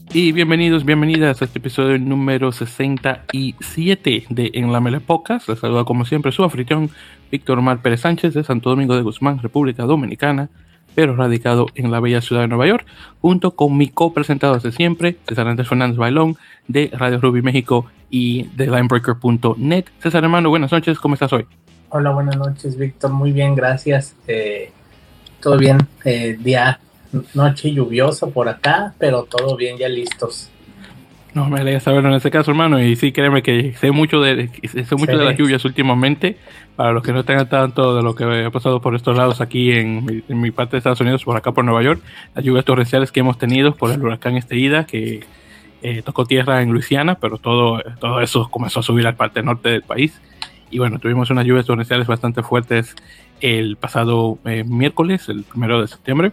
Y bienvenidas a este episodio número 67 de En la Mele Podcast. Les saluda como siempre su anfitrión Víctor Omar Pérez Sánchez de Santo Domingo de Guzmán, República Dominicana, pero radicado en la bella ciudad de Nueva York, junto con mi copresentador de siempre, César Andrés Fernández Bailón, de Radio Ruby México y de Linebreaker.net. César, hermano, buenas noches, ¿cómo estás hoy? Hola, buenas noches, Víctor, muy bien, gracias. Todo bien, noche lluviosa por acá, pero todo bien, ya listos. No me alegra saberlo en ese caso, hermano, y sí, créeme que sé mucho de las lluvias últimamente. Para los que no tengan tanto de lo que ha pasado por estos lados aquí en mi parte de Estados Unidos, por acá por Nueva York, las lluvias torrenciales que hemos tenido por el huracán Ida, que tocó tierra en Luisiana, pero todo eso comenzó a subir a la parte norte del país. Y bueno, tuvimos unas lluvias torrenciales bastante fuertes el pasado miércoles, el 1 de septiembre,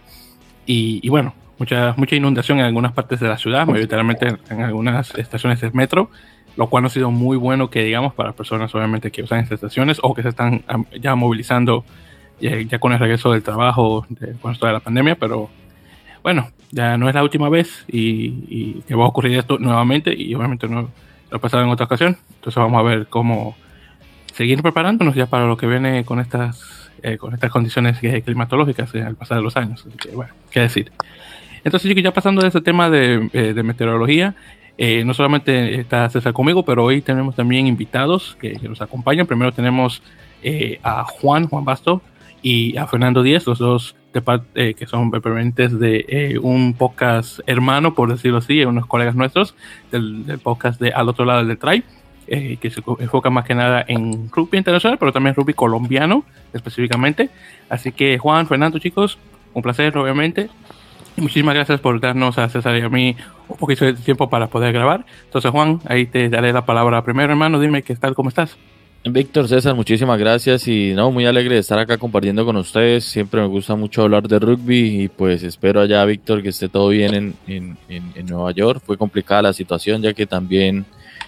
y bueno, mucha inundación en algunas partes de la ciudad, mayoritariamente en algunas estaciones del metro, lo cual no ha sido muy bueno, que digamos, para personas obviamente que usan estas estaciones o que se están ya movilizando ya con el regreso del trabajo con esto de la pandemia. Pero bueno, ya no es la última vez y que va a ocurrir esto nuevamente, y obviamente no lo ha pasado en otra ocasión. Entonces vamos a ver cómo seguir preparándonos ya para lo que viene con estas condiciones climatológicas al pasar de los años. Así que bueno, qué decir. Entonces, ya pasando de ese tema de meteorología, no solamente está César conmigo, pero hoy tenemos también invitados que nos acompañan. Primero tenemos a Juan Basto y a Fernando Díez, los dos que son permanentes de un podcast hermano, por decirlo así, unos colegas nuestros del podcast de Al Otro Lado del Tribe, que se enfoca más que nada en rugby internacional, pero también rugby colombiano específicamente. Así que Juan, Fernando, chicos, un placer obviamente. Y muchísimas gracias por darnos a César y a mí un poquito de tiempo para poder grabar. Entonces, Juan, ahí te daré la palabra primero, hermano. Dime qué tal, cómo estás. Víctor, César, muchísimas gracias y muy alegre de estar acá compartiendo con ustedes. Siempre me gusta mucho hablar de rugby y pues espero allá, Víctor, que esté todo bien en Nueva York. Fue complicada la situación, ya que también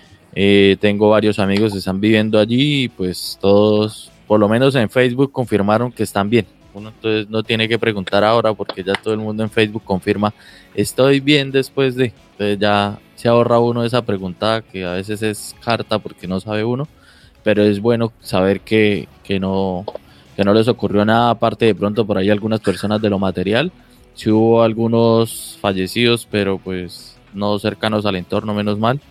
tengo varios amigos que están viviendo allí y pues todos, por lo menos en Facebook, confirmaron que están bien. Uno entonces no tiene que preguntar ahora porque ya todo el mundo en Facebook confirma estoy bien después de. Entonces ya se ahorra uno esa pregunta que a veces es carta porque no sabe uno, pero es bueno saber que no les ocurrió nada, aparte de pronto por ahí algunas personas de lo material. Sí hubo algunos fallecidos, pero pues no cercanos al entorno, menos mal.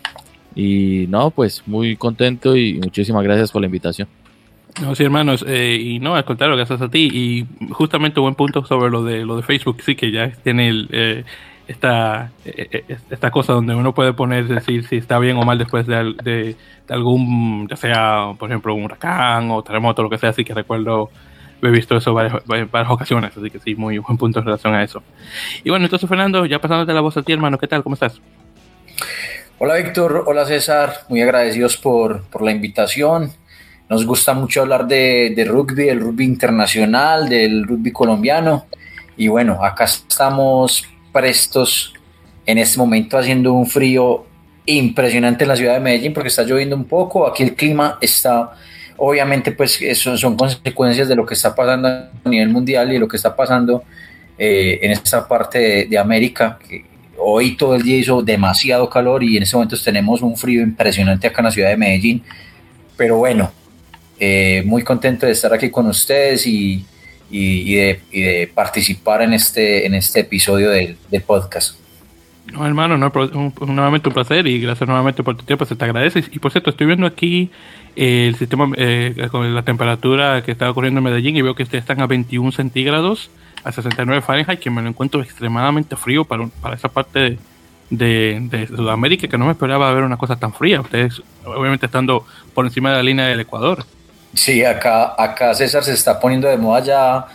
Y pues muy contento y muchísimas gracias por la invitación. No, sí, hermanos, y no, al contrario, gracias a ti. Y justamente buen punto sobre lo de Facebook, sí, que ya tiene esta cosa donde uno puede decir si está bien o mal después de algún, ya sea, por ejemplo, un huracán o terremoto, lo que sea. Así que recuerdo haber visto eso varias ocasiones, así que sí, muy buen punto en relación a eso. Y bueno, entonces, Fernando, ya pasándote la voz a ti, hermano, ¿qué tal? ¿Cómo estás? Hola, Víctor, hola, César, muy agradecidos por la invitación. Nos gusta mucho hablar de rugby, del rugby internacional, del rugby colombiano. Y bueno, acá estamos prestos en este momento haciendo un frío impresionante en la ciudad de Medellín porque está lloviendo un poco. Aquí el clima está, obviamente, pues eso son consecuencias de lo que está pasando a nivel mundial y lo que está pasando en esta parte de América. Que hoy todo el día hizo demasiado calor y en este momento tenemos un frío impresionante acá en la ciudad de Medellín. Pero bueno, muy contento de estar aquí con ustedes y de participar en este episodio del podcast. No, hermano, nuevamente un placer y gracias nuevamente por tu tiempo, se te agradece. Y por cierto, estoy viendo aquí el sistema con la temperatura que está ocurriendo en Medellín y veo que están a 21 centígrados, a 69 Fahrenheit, que me lo encuentro extremadamente frío para esa parte de Sudamérica, que no me esperaba ver una cosa tan fría. Ustedes obviamente estando por encima de la línea del Ecuador. Sí, acá César se está poniendo de moda ya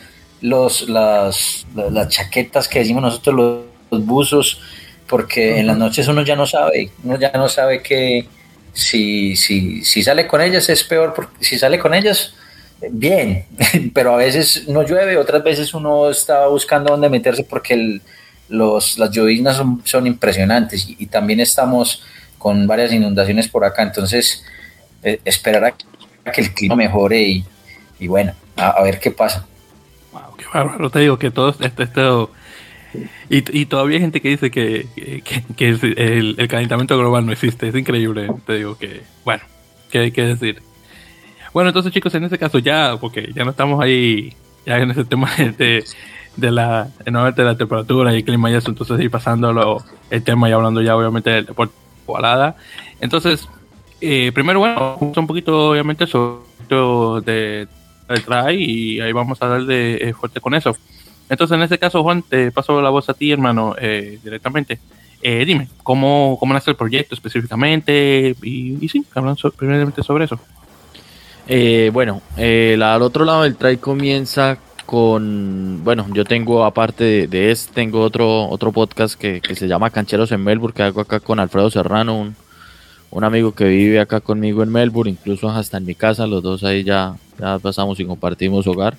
las chaquetas que decimos nosotros, los buzos, porque en las noches uno ya no sabe que si sale con ellas es peor, porque si sale con ellas bien, pero a veces no llueve, otras veces uno está buscando dónde meterse porque las lloviznas son impresionantes y también estamos con varias inundaciones por acá, entonces esperar a que el clima mejore y bueno, a ver qué pasa. Wow, qué bárbaro, te digo que todo esto Y todavía hay gente que dice que el calentamiento global no existe. Es increíble. Te digo que, bueno, ¿qué hay que decir? Bueno, entonces chicos, en este caso ya, porque ya no estamos ahí, ya en ese tema nuevamente de la temperatura y el clima y eso, entonces ir pasando el tema y hablando ya obviamente del deporte balada. Entonces, primero, bueno, un poquito obviamente sobre el try y ahí vamos a darle fuerte con eso. Entonces, en este caso, Juan, te paso la voz a ti, hermano, directamente. Dime, ¿cómo nace el proyecto específicamente? Y sí, hablando primeramente sobre eso. Bueno, al otro lado del try comienza con, bueno, yo tengo aparte de este, tengo otro podcast que se llama Cancheros en Melbourne, que hago acá con Alfredo Serrano, un amigo que vive acá conmigo en Melbourne, incluso hasta en mi casa, los dos ahí ya pasamos y compartimos hogar.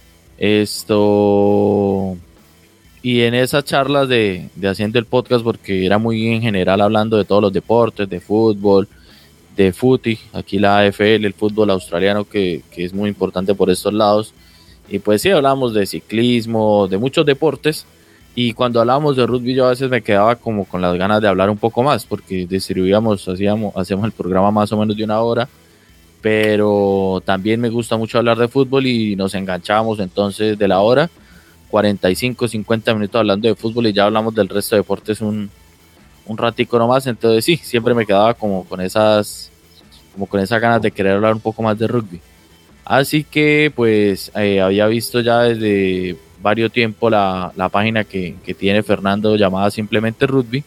Y en esas charlas de haciendo el podcast, porque era muy en general hablando de todos los deportes, de fútbol, de footy, aquí la AFL, el fútbol australiano que es muy importante por estos lados, y pues sí, hablamos de ciclismo, de muchos deportes, y cuando hablábamos de rugby yo a veces me quedaba como con las ganas de hablar un poco más, porque hacemos el programa más o menos de una hora, pero también me gusta mucho hablar de fútbol y nos enganchamos entonces de la hora, 45, 50 minutos hablando de fútbol y ya hablamos del resto de deportes un ratico nomás, entonces sí, siempre me quedaba como con esas ganas de querer hablar un poco más de rugby. Así que pues había visto ya desde varios tiempo la página que tiene Fernando llamada Simplemente Rugby.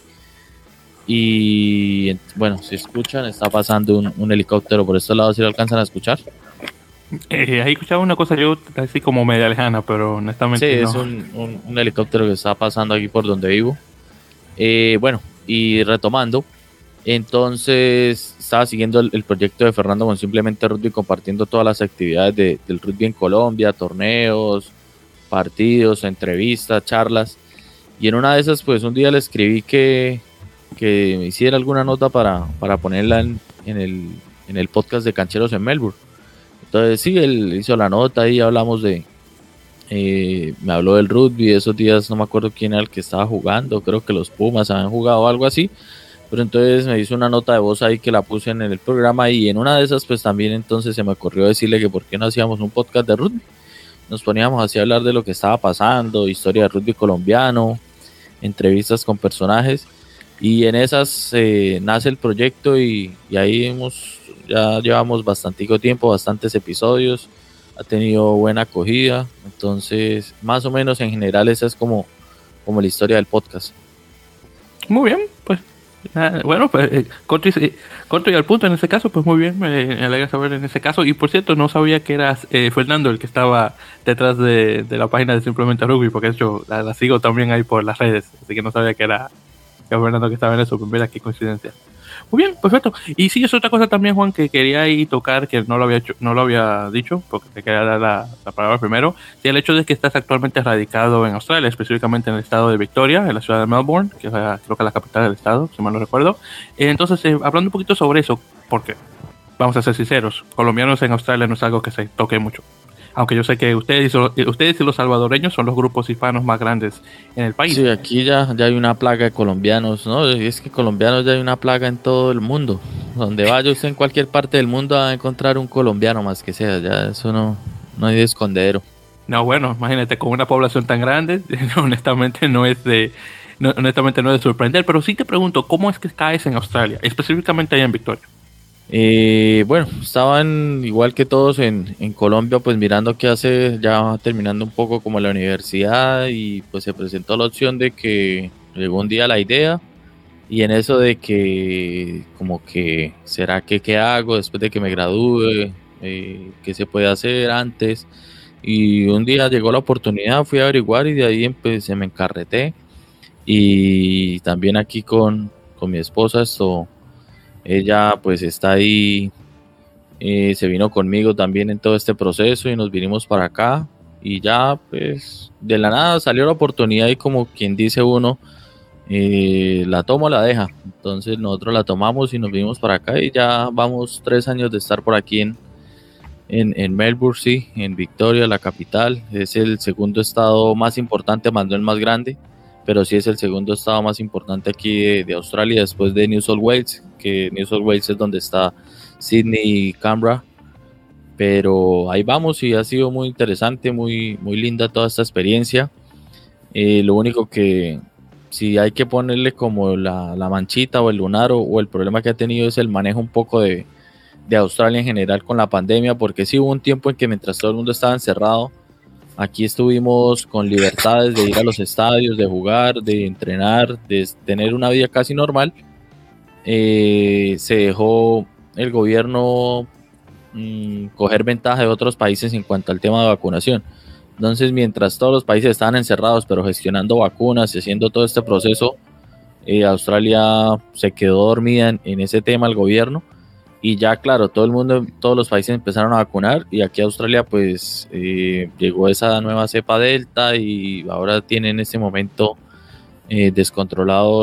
Y bueno, si escuchan, está pasando un helicóptero por estos lados, si lo alcanzan a escuchar. Ahí escuchaba una cosa yo así como media lejana, pero honestamente sí, no. Es un helicóptero que está pasando aquí por donde vivo. Bueno, y retomando, entonces estaba siguiendo el proyecto de Fernando con Simplemente Rugby, compartiendo todas las actividades del rugby en Colombia, torneos, partidos, entrevistas, charlas, y en una de esas pues un día le escribí que me hiciera alguna nota para ponerla en el podcast de Cancheros en Melbourne. Entonces sí, él hizo la nota y hablamos me habló del rugby. Esos días no me acuerdo quién era el que estaba jugando, creo que los Pumas habían jugado o algo así, pero entonces me hizo una nota de voz ahí que la puse en el programa, y en una de esas pues también entonces se me ocurrió decirle que por qué no hacíamos un podcast de rugby. Nos poníamos así a hablar de lo que estaba pasando, historia de rugby colombiano, entrevistas con personajes, y en esas nace el proyecto y ahí ya llevamos bastante tiempo, bastantes episodios, ha tenido buena acogida, entonces más o menos en general esa es como la historia del podcast. Muy bien, pues bueno, pues corto y al punto en ese caso, pues muy bien, me alegra saber en ese caso. Y por cierto, no sabía que era Fernando el que estaba detrás de la página de Simplemente Rugby, porque de hecho la sigo también ahí por las redes, así que no sabía que era Fernando que estaba en eso. Pues mira qué coincidencia. Muy bien, perfecto. Y sí, es otra cosa también, Juan, que quería ahí tocar, que no lo había dicho, porque te quería dar la palabra primero. Sí, el hecho de que estás actualmente radicado en Australia, específicamente en el estado de Victoria, en la ciudad de Melbourne, que es creo que la capital del estado, si mal no recuerdo. Entonces, hablando un poquito sobre eso, porque, vamos a ser sinceros, colombianos en Australia no es algo que se toque mucho. Aunque yo sé que ustedes y los salvadoreños son los grupos hispanos más grandes en el país. Sí, aquí ya hay una plaga de colombianos, ¿no? Es que colombianos ya hay una plaga en todo el mundo. Donde vaya usted en cualquier parte del mundo va a encontrar un colombiano más que sea. Ya eso no hay de escondedero. No, bueno, imagínate, con una población tan grande, honestamente no es de sorprender. Pero sí te pregunto, ¿cómo es que caes en Australia? Específicamente allá en Victoria. Bueno, estaban igual que todos en Colombia, pues mirando qué hacer, ya terminando un poco como la universidad, y pues se presentó la opción de que llegó un día la idea, y en eso de que como que será que qué hago después de que me gradúe, qué se puede hacer antes, y un día llegó la oportunidad, fui a averiguar y de ahí empecé, me encarreté, y también aquí con mi esposa ella pues está ahí, se vino conmigo también en todo este proceso y nos vinimos para acá, y ya pues de la nada salió la oportunidad y como quien dice uno, la toma o la deja. Entonces nosotros la tomamos y nos vinimos para acá y ya vamos 3 años de estar por aquí en Melbourne, sí, en Victoria, la capital. Es el segundo estado más importante, más no el más grande, pero sí es el segundo estado más importante aquí de Australia, después de New South Wales, que New South Wales es donde está Sydney y Canberra. Pero ahí vamos y ha sido muy interesante, muy linda toda esta experiencia. Lo único que si hay que ponerle como la manchita o el lunar o el problema que ha tenido es el manejo un poco de Australia en general con la pandemia, porque sí hubo un tiempo en que mientras todo el mundo estaba encerrado, aquí estuvimos con libertades de ir a los estadios, de jugar, de entrenar, de tener una vida casi normal. Se dejó el gobierno coger ventaja de otros países en cuanto al tema de vacunación. Entonces, mientras todos los países estaban encerrados, pero gestionando vacunas y haciendo todo este proceso, Australia se quedó dormida en ese tema, el gobierno, y ya claro, todo el mundo, todos los países empezaron a vacunar, y aquí a Australia pues llegó esa nueva cepa Delta, y ahora tiene en este momento descontrolado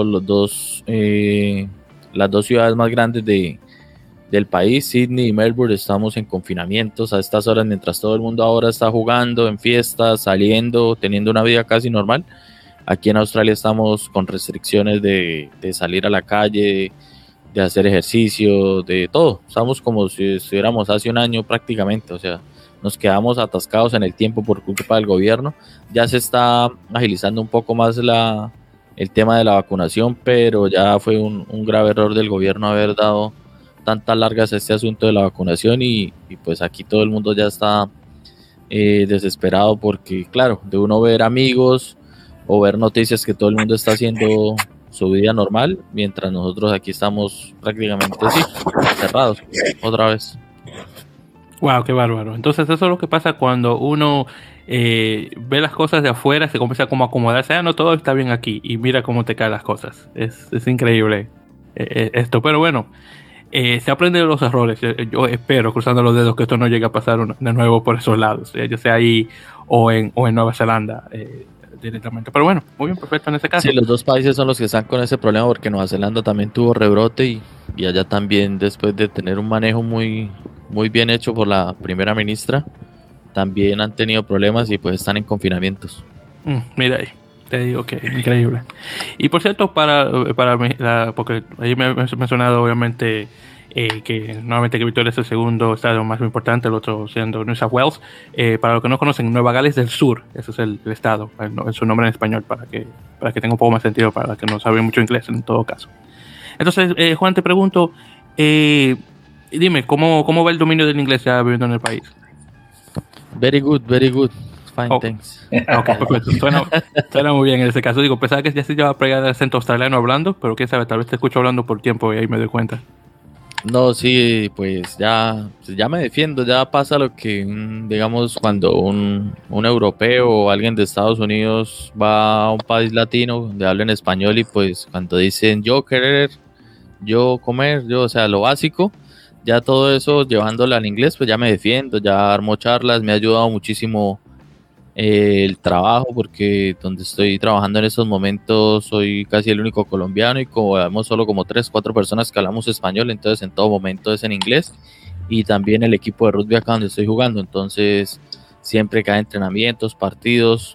las dos ciudades más grandes del país, Sydney y Melbourne. Estamos en confinamientos a estas horas, mientras todo el mundo ahora está jugando en fiestas, saliendo, teniendo una vida casi normal. Aquí en Australia estamos con restricciones de salir a la calle, de hacer ejercicio, de todo. Estamos como si estuviéramos hace un año prácticamente, o sea, nos quedamos atascados en el tiempo por culpa del gobierno. Ya se está agilizando un poco más el tema de la vacunación, pero ya fue un grave error del gobierno haber dado tantas largas a este asunto de la vacunación, y pues aquí todo el mundo ya está desesperado porque claro, de uno ver amigos o ver noticias que todo el mundo está haciendo su vida normal, mientras nosotros aquí estamos prácticamente así, cerrados otra vez. Wow, qué bárbaro. Entonces eso es lo que pasa cuando uno ve las cosas de afuera, se comienza como a acomodarse, no, todo está bien aquí, y mira cómo te caen las cosas. Es increíble esto, pero bueno, se aprende de los errores. Yo espero, cruzando los dedos, que esto no llegue a pasar de nuevo por esos lados, ya sea ahí o en Nueva Zelanda directamente. Pero bueno, muy bien, perfecto en ese caso. Sí, los dos países son los que están con ese problema, porque Nueva Zelanda también tuvo rebrote, y allá también, después de tener un manejo muy bien hecho por la primera ministra, también han tenido problemas y pues están en confinamientos. Mira ahí, te digo que increíble. Y por cierto, porque ahí me he mencionado obviamente que nuevamente que Victoria es el segundo estado más importante, el otro siendo New South Wales. Para los que no conocen, Nueva Gales del Sur, ese es el estado, es su nombre en español, para que tenga un poco más sentido para los que no saben mucho inglés en todo caso. Entonces, Juan, te pregunto, dime, ¿cómo va el dominio del inglés ya viviendo en el país? Very good, fine, thanks. Ok, perfecto, suena muy bien en ese caso. Digo, pensaba que ya se lleva a pegar el acento australiano hablando, pero quién sabe, tal vez te escucho hablando por tiempo y ahí me doy cuenta. No, sí, pues ya me defiendo. Ya pasa lo que, digamos, cuando un europeo o alguien de Estados Unidos va a un país latino donde hablan español, y pues cuando dicen yo querer, yo comer, o sea, lo básico, ya todo eso llevándolo al inglés, pues ya me defiendo, ya armo charlas. Me ha ayudado muchísimo el trabajo, porque donde estoy trabajando en estos momentos soy casi el único colombiano, y como vemos solo como 3-4 personas que hablamos español, entonces en todo momento es en inglés. Y también el equipo de rugby acá donde estoy jugando, entonces siempre cada entrenamientos, partidos,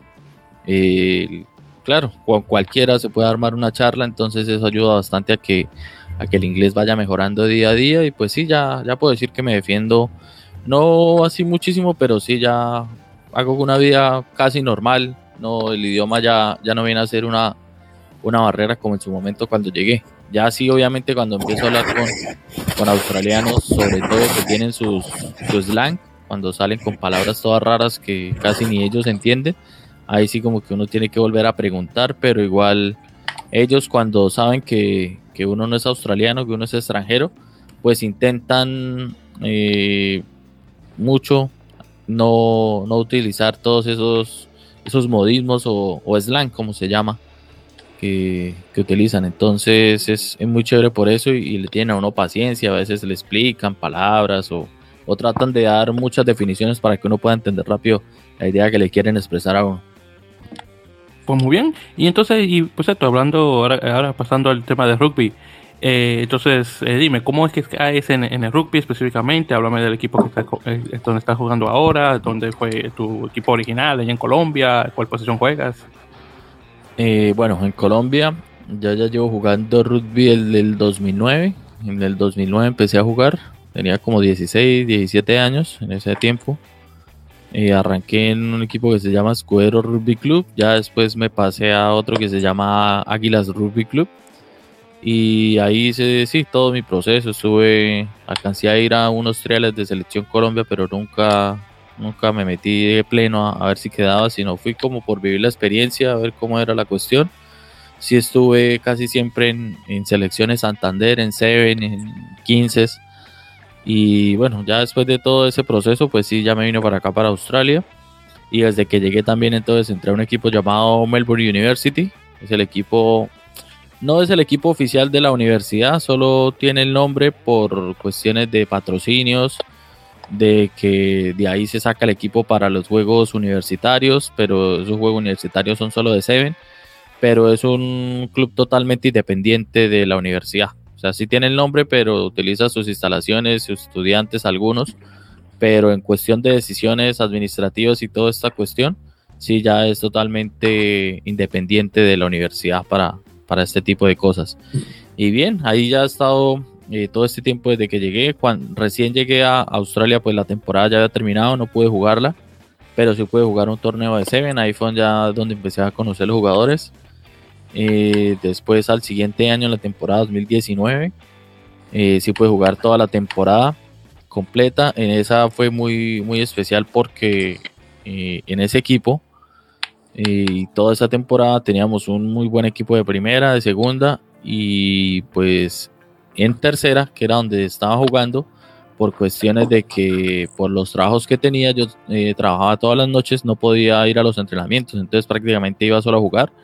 claro, cualquiera se puede armar una charla, entonces eso ayuda bastante a que el inglés vaya mejorando día a día. Y pues sí, ya puedo decir que me defiendo, no así muchísimo, pero sí ya hago una vida casi normal. No, el idioma ya no viene a ser una barrera como en su momento cuando llegué. Ya sí, obviamente, cuando empiezo a hablar con australianos, sobre todo que tienen su slang, cuando salen con palabras todas raras que casi ni ellos entienden, ahí sí como que uno tiene que volver a preguntar, pero igual ellos, cuando saben que uno no es australiano, que uno es extranjero, pues intentan mucho no utilizar todos esos modismos o slang, como se llama, que utilizan. Entonces es muy chévere por eso, y le tienen a uno paciencia. A veces le explican palabras o tratan de dar muchas definiciones para que uno pueda entender rápido la idea que le quieren expresar a uno. Pues muy bien. Y entonces, pues esto, hablando ahora pasando al tema de rugby, entonces dime, ¿cómo es que caes en el rugby específicamente? Háblame del equipo donde estás jugando ahora, dónde fue tu equipo original, allá en Colombia, ¿cuál posición juegas? Bueno, en Colombia ya llevo jugando rugby el del 2009. En el 2009 empecé a jugar, tenía como 16, 17 años en ese tiempo. Arranqué en un equipo que se llama Escudero Rugby Club, ya después me pasé a otro que se llama Águilas Rugby Club. Y ahí hice, sí, todo mi proceso. Alcancé a ir a unos triales de selección Colombia, pero nunca me metí de pleno a ver si quedaba, sino fui como por vivir la experiencia, a ver cómo era la cuestión. Sí estuve casi siempre en selecciones Santander, en Seven, en 15. Y bueno, ya después de todo ese proceso, pues sí, ya me vine para acá, para Australia. Y desde que llegué también entonces entré a un equipo llamado Melbourne University. Es el equipo... No es el equipo oficial de la universidad, solo tiene el nombre por cuestiones de patrocinios, de que de ahí se saca el equipo para los juegos universitarios, pero esos juegos universitarios son solo de Seven, pero es un club totalmente independiente de la universidad. O sea, sí tiene el nombre, pero utiliza sus instalaciones, sus estudiantes, algunos, pero en cuestión de decisiones administrativas y toda esta cuestión, sí ya es totalmente independiente de la universidad para este tipo de cosas. Y bien, ahí ya he estado todo este tiempo desde que llegué. Cuando recién llegué a Australia, pues la temporada ya había terminado, no pude jugarla, pero sí pude jugar un torneo de Seven. Ahí fue ya donde empecé a conocer los jugadores. Después al siguiente año, en la temporada 2019, sí pude jugar toda la temporada completa. En esa fue muy, muy especial porque en ese equipo y toda esa temporada teníamos un muy buen equipo de primera, de segunda y pues en tercera, que era donde estaba jugando, por cuestiones de que por los trabajos que tenía, yo trabajaba todas las noches, no podía ir a los entrenamientos, entonces prácticamente iba solo a jugar.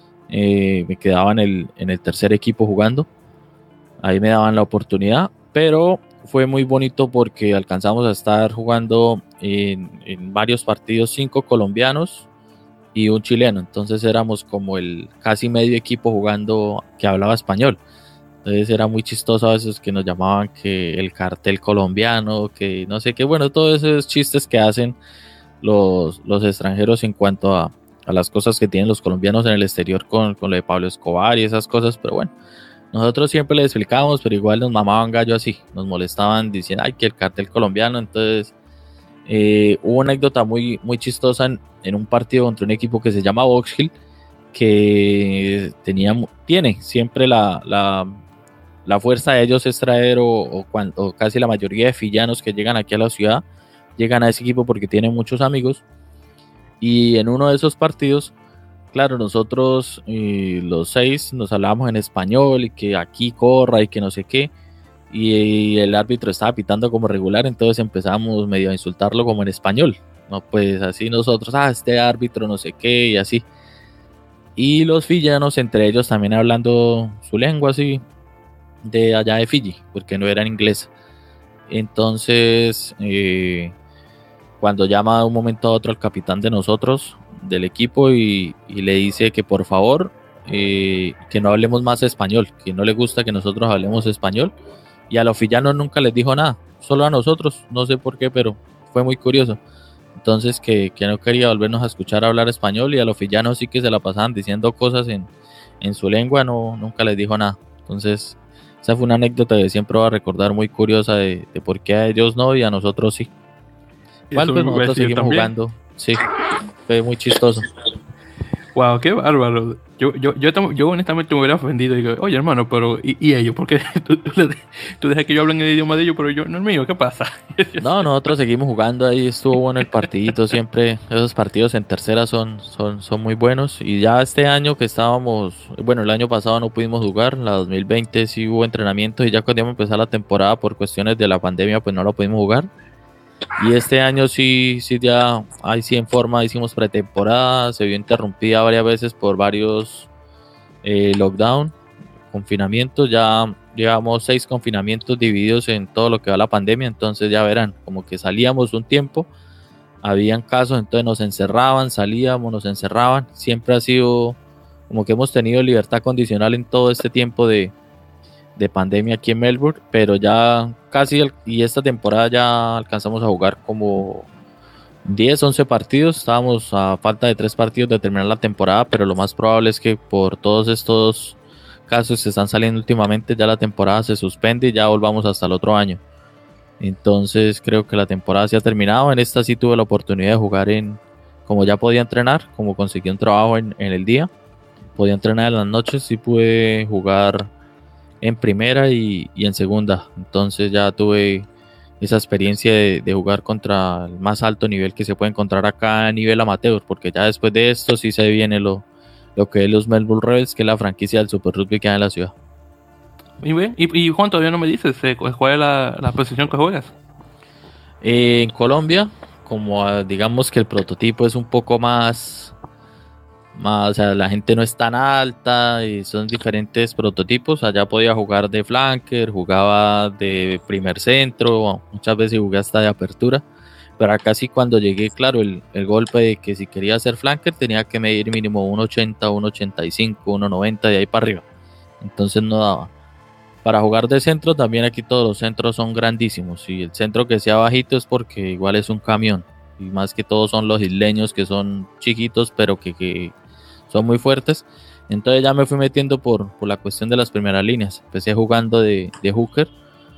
Me quedaba en el tercer equipo jugando, ahí me daban la oportunidad, pero fue muy bonito porque alcanzamos a estar jugando en varios partidos, 5 colombianos y un chileno, entonces éramos como el casi medio equipo jugando que hablaba español. Entonces era muy chistoso a veces que nos llamaban que el cartel colombiano, que no sé qué, bueno, todos esos chistes que hacen los extranjeros en cuanto a las cosas que tienen los colombianos en el exterior con lo de Pablo Escobar y esas cosas, pero bueno, nosotros siempre les explicábamos, pero igual nos mamaban gallo así, nos molestaban diciendo, ay, que el cartel colombiano. Entonces hubo una anécdota muy, muy chistosa en un partido contra un equipo que se llama Box Hill, que tiene siempre la fuerza de ellos es traer o casi la mayoría de fillanos que llegan aquí a la ciudad, llegan a ese equipo porque tienen muchos amigos. Y en uno de esos partidos, claro, nosotros los 6 nos hablábamos en español y que aquí corra y que no sé qué. Y el árbitro estaba pitando como regular, entonces empezamos medio a insultarlo como en español. No, pues así nosotros, este árbitro no sé qué y así. Y los fillanos, entre ellos también hablando su lengua así, de allá de Fiji, porque no era en inglés. Entonces, cuando llama de un momento a otro al capitán de nosotros, del equipo, y le dice que por favor, que no hablemos más español, que no le gusta que nosotros hablemos español, y a los fillanos nunca les dijo nada, solo a nosotros, no sé por qué, pero fue muy curioso. Entonces que no quería volvernos a escuchar hablar español, y a los fillanos sí que se la pasaban diciendo cosas en su lengua, nunca les dijo nada. Entonces esa fue una anécdota que siempre voy a recordar, muy curiosa de por qué a ellos no y a nosotros sí. Igual pues nosotros seguimos jugando, sí, fue muy chistoso. Wow, qué bárbaro. Yo honestamente me hubiera ofendido y digo, oye hermano, pero ¿y ellos? ¿Por qué tú dejas que yo hable en el idioma de ellos, pero yo no el mío? ¿Qué pasa? No, nosotros seguimos jugando, ahí estuvo bueno el partidito, siempre esos partidos en tercera son muy buenos. Y ya este año que estábamos, bueno, el año pasado no pudimos jugar, la 2020 sí hubo entrenamientos y ya cuando íbamos a empezar la temporada por cuestiones de la pandemia pues no lo pudimos jugar. Y este año sí ya ahí sí en forma hicimos pretemporada, se vio interrumpida varias veces por varios lockdown, confinamientos, ya llevamos 6 confinamientos divididos en todo lo que va la pandemia, entonces ya verán, como que salíamos un tiempo, habían casos, entonces nos encerraban, salíamos, nos encerraban, siempre ha sido como que hemos tenido libertad condicional en todo este tiempo de pandemia aquí en Melbourne, pero ya casi y esta temporada ya alcanzamos a jugar como 10, 11 partidos, estábamos a falta de 3 partidos de terminar la temporada, pero lo más probable es que por todos estos casos que están saliendo últimamente, ya la temporada se suspende y ya volvamos hasta el otro año. Entonces creo que la temporada se ha terminado. En esta sí tuve la oportunidad de jugar como ya podía entrenar, como conseguí un trabajo en el día, podía entrenar en las noches, sí pude jugar en primera y en segunda. Entonces ya tuve esa experiencia de jugar contra el más alto nivel que se puede encontrar acá a nivel amateur, porque ya después de esto sí se viene lo que es los Melbourne Rebels, que es la franquicia del Super Rugby que hay en la ciudad. Muy bien. Y Juan, todavía no me dices cuál es la posición que juegas. En Colombia, como digamos que el prototipo es un poco más, o sea, la gente no es tan alta y son diferentes prototipos. Allá podía jugar de flanker, jugaba de primer centro, muchas veces jugué hasta de apertura, pero acá sí, cuando llegué, claro, el golpe de que si quería ser flanker tenía que medir mínimo 1.80, 1.85, 1.90 de ahí para arriba, entonces no daba. Para jugar de centro también aquí todos los centros son grandísimos, y el centro que sea bajito es porque igual es un camión, y más que todo son los isleños, que son chiquitos pero que son muy fuertes. Entonces ya me fui metiendo por la cuestión de las primeras líneas. Empecé jugando de hooker,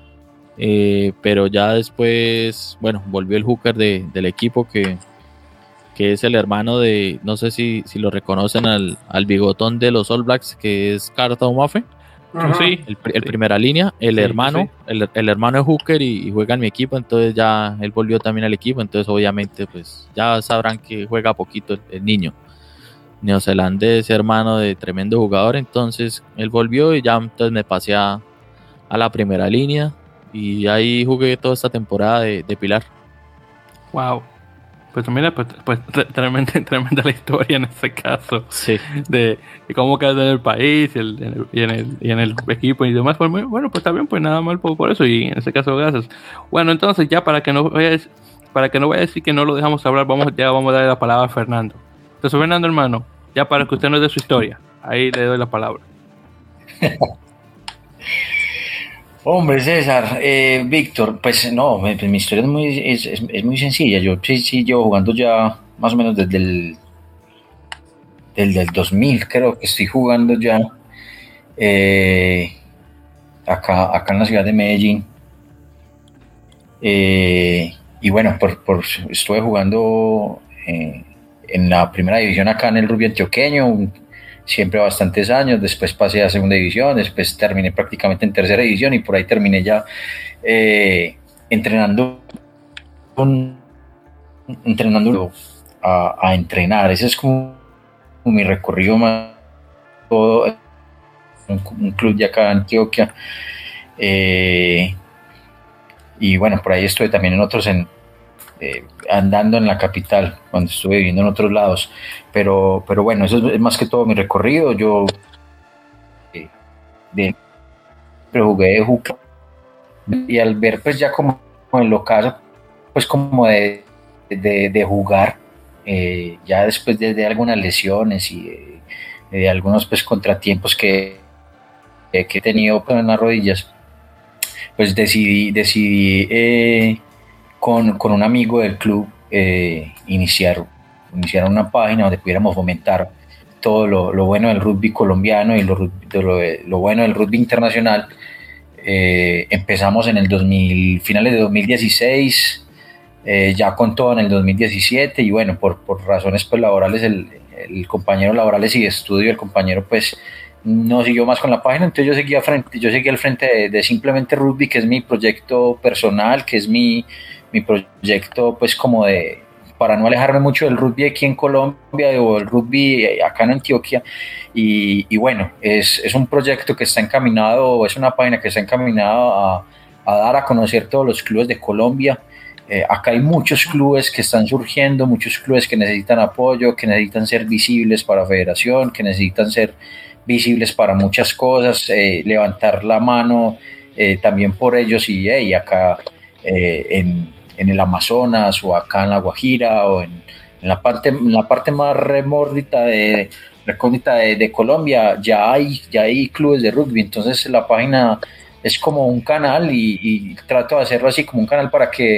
pero ya después, bueno, volvió el hooker del equipo, que es el hermano de, no sé si lo reconocen, al bigotón de los All Blacks, que es Carlton Mafe. Sí, el primera línea, el hermano es hooker y juega en mi equipo, entonces ya él volvió también al equipo, entonces obviamente pues ya sabrán que juega poquito el niño neozelandés, hermano de tremendo jugador. Entonces él volvió y ya entonces me pasé a la primera línea y ahí jugué toda esta temporada de pilar. Wow. Pues mira, pues tremenda la historia en ese caso. Sí. De cómo quedas en el país y en el equipo y demás. Pues bueno, pues está bien, pues nada mal por eso, y en ese caso gracias. Bueno, entonces ya para que no vaya a decir que no lo dejamos hablar, vamos a darle la palabra a Fernando. Entonces, Fernando, hermano, ya para que usted nos dé su historia, ahí le doy la palabra. Hombre, César, Víctor, pues no, mi historia es muy sencilla. Yo sí llevo jugando ya más o menos desde el 2000, creo que estoy jugando ya acá en la ciudad de Medellín. Y bueno, estuve jugando en la primera división acá en el rugby antioqueño, siempre bastantes años. Después pasé a segunda división, después terminé prácticamente en tercera división y por ahí terminé ya entrenando a entrenar. Ese es como mi recorrido más todo, un club de acá en Antioquia, y bueno, por ahí estuve también en otros, andando en la capital cuando estuve viviendo en otros lados, pero bueno, eso es más que todo mi recorrido. Yo pero jugué de hooker, y al ver pues ya como en lo caso pues como de jugar, ya después de algunas lesiones y de algunos pues contratiempos que he tenido en las rodillas, pues decidí con un amigo del club iniciar una página donde pudiéramos fomentar todo lo bueno del rugby colombiano y lo bueno del rugby internacional. Empezamos en finales de 2016, ya con todo en el 2017, y bueno, por razones pues laborales, el compañero laborales y de estudio, el compañero pues no siguió más con la página, entonces yo seguí al frente de Simplemente Rugby, que es mi proyecto personal, que es mi proyecto pues como para no alejarme mucho del rugby aquí en Colombia o el rugby acá en Antioquia. Y bueno, es un proyecto que está encaminado, es una página que está encaminada a dar a conocer todos los clubes de Colombia. Acá hay muchos clubes que están surgiendo, muchos clubes que necesitan apoyo, que necesitan ser visibles para federación, que necesitan ser visibles para muchas cosas, levantar la mano también por ellos. Y acá en el Amazonas, o acá en la Guajira, o en la parte más recóndita de Colombia, ya hay clubes de rugby. Entonces la página es como un canal, y trato de hacerlo así como un canal para que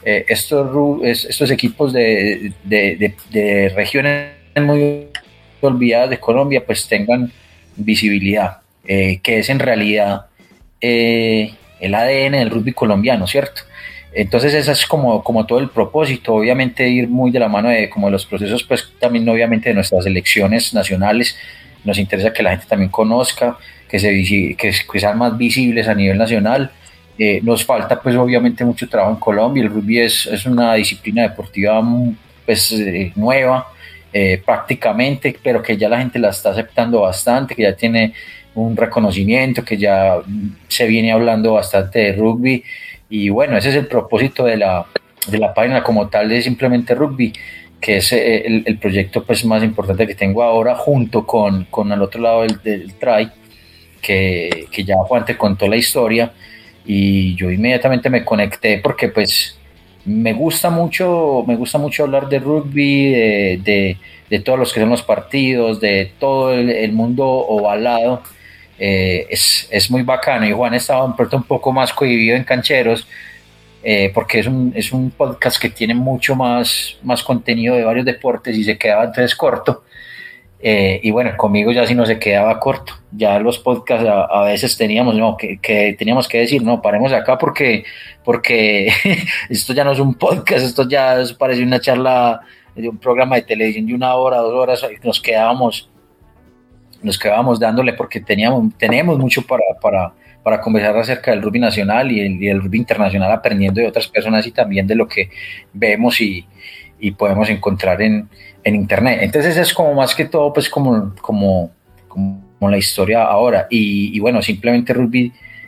estos equipos de regiones muy olvidadas de Colombia pues tengan visibilidad, que es en realidad el ADN del rugby colombiano, ¿cierto? Entonces ese es como todo el propósito, obviamente ir muy de la mano de como los procesos, pues también obviamente de nuestras elecciones nacionales. Nos interesa que la gente también conozca, que sean más visibles a nivel nacional. Nos falta pues obviamente mucho trabajo en Colombia. El rugby es una disciplina deportiva pues nueva prácticamente, pero que ya la gente la está aceptando bastante, que ya tiene un reconocimiento, que ya se viene hablando bastante de rugby. Y bueno, ese es el propósito de la página como tal de Simplemente Rugby, que es el proyecto pues más importante que tengo ahora, junto con al otro lado del TRAI, que ya Juan te contó la historia, y yo inmediatamente me conecté porque pues me gusta mucho hablar de rugby, de todos los que son los partidos, de todo el mundo ovalado. Es muy bacano, y Juan estaba un poco más cohibido en Cancheros, porque es un podcast que tiene mucho más contenido de varios deportes y se quedaba entonces corto, y bueno, conmigo ya sí no se quedaba corto, ya los podcasts a veces teníamos que teníamos que decir, no, paremos acá porque esto ya no es un podcast, esto ya parece una charla de un programa de televisión de 1 hora, 2 horas, nos quedábamos dándole porque tenemos mucho para conversar acerca del rugby nacional y el rugby internacional, aprendiendo de otras personas y también de lo que vemos y podemos encontrar en internet. Entonces es como más que todo pues como la historia ahora, y bueno, Simplemente Rugby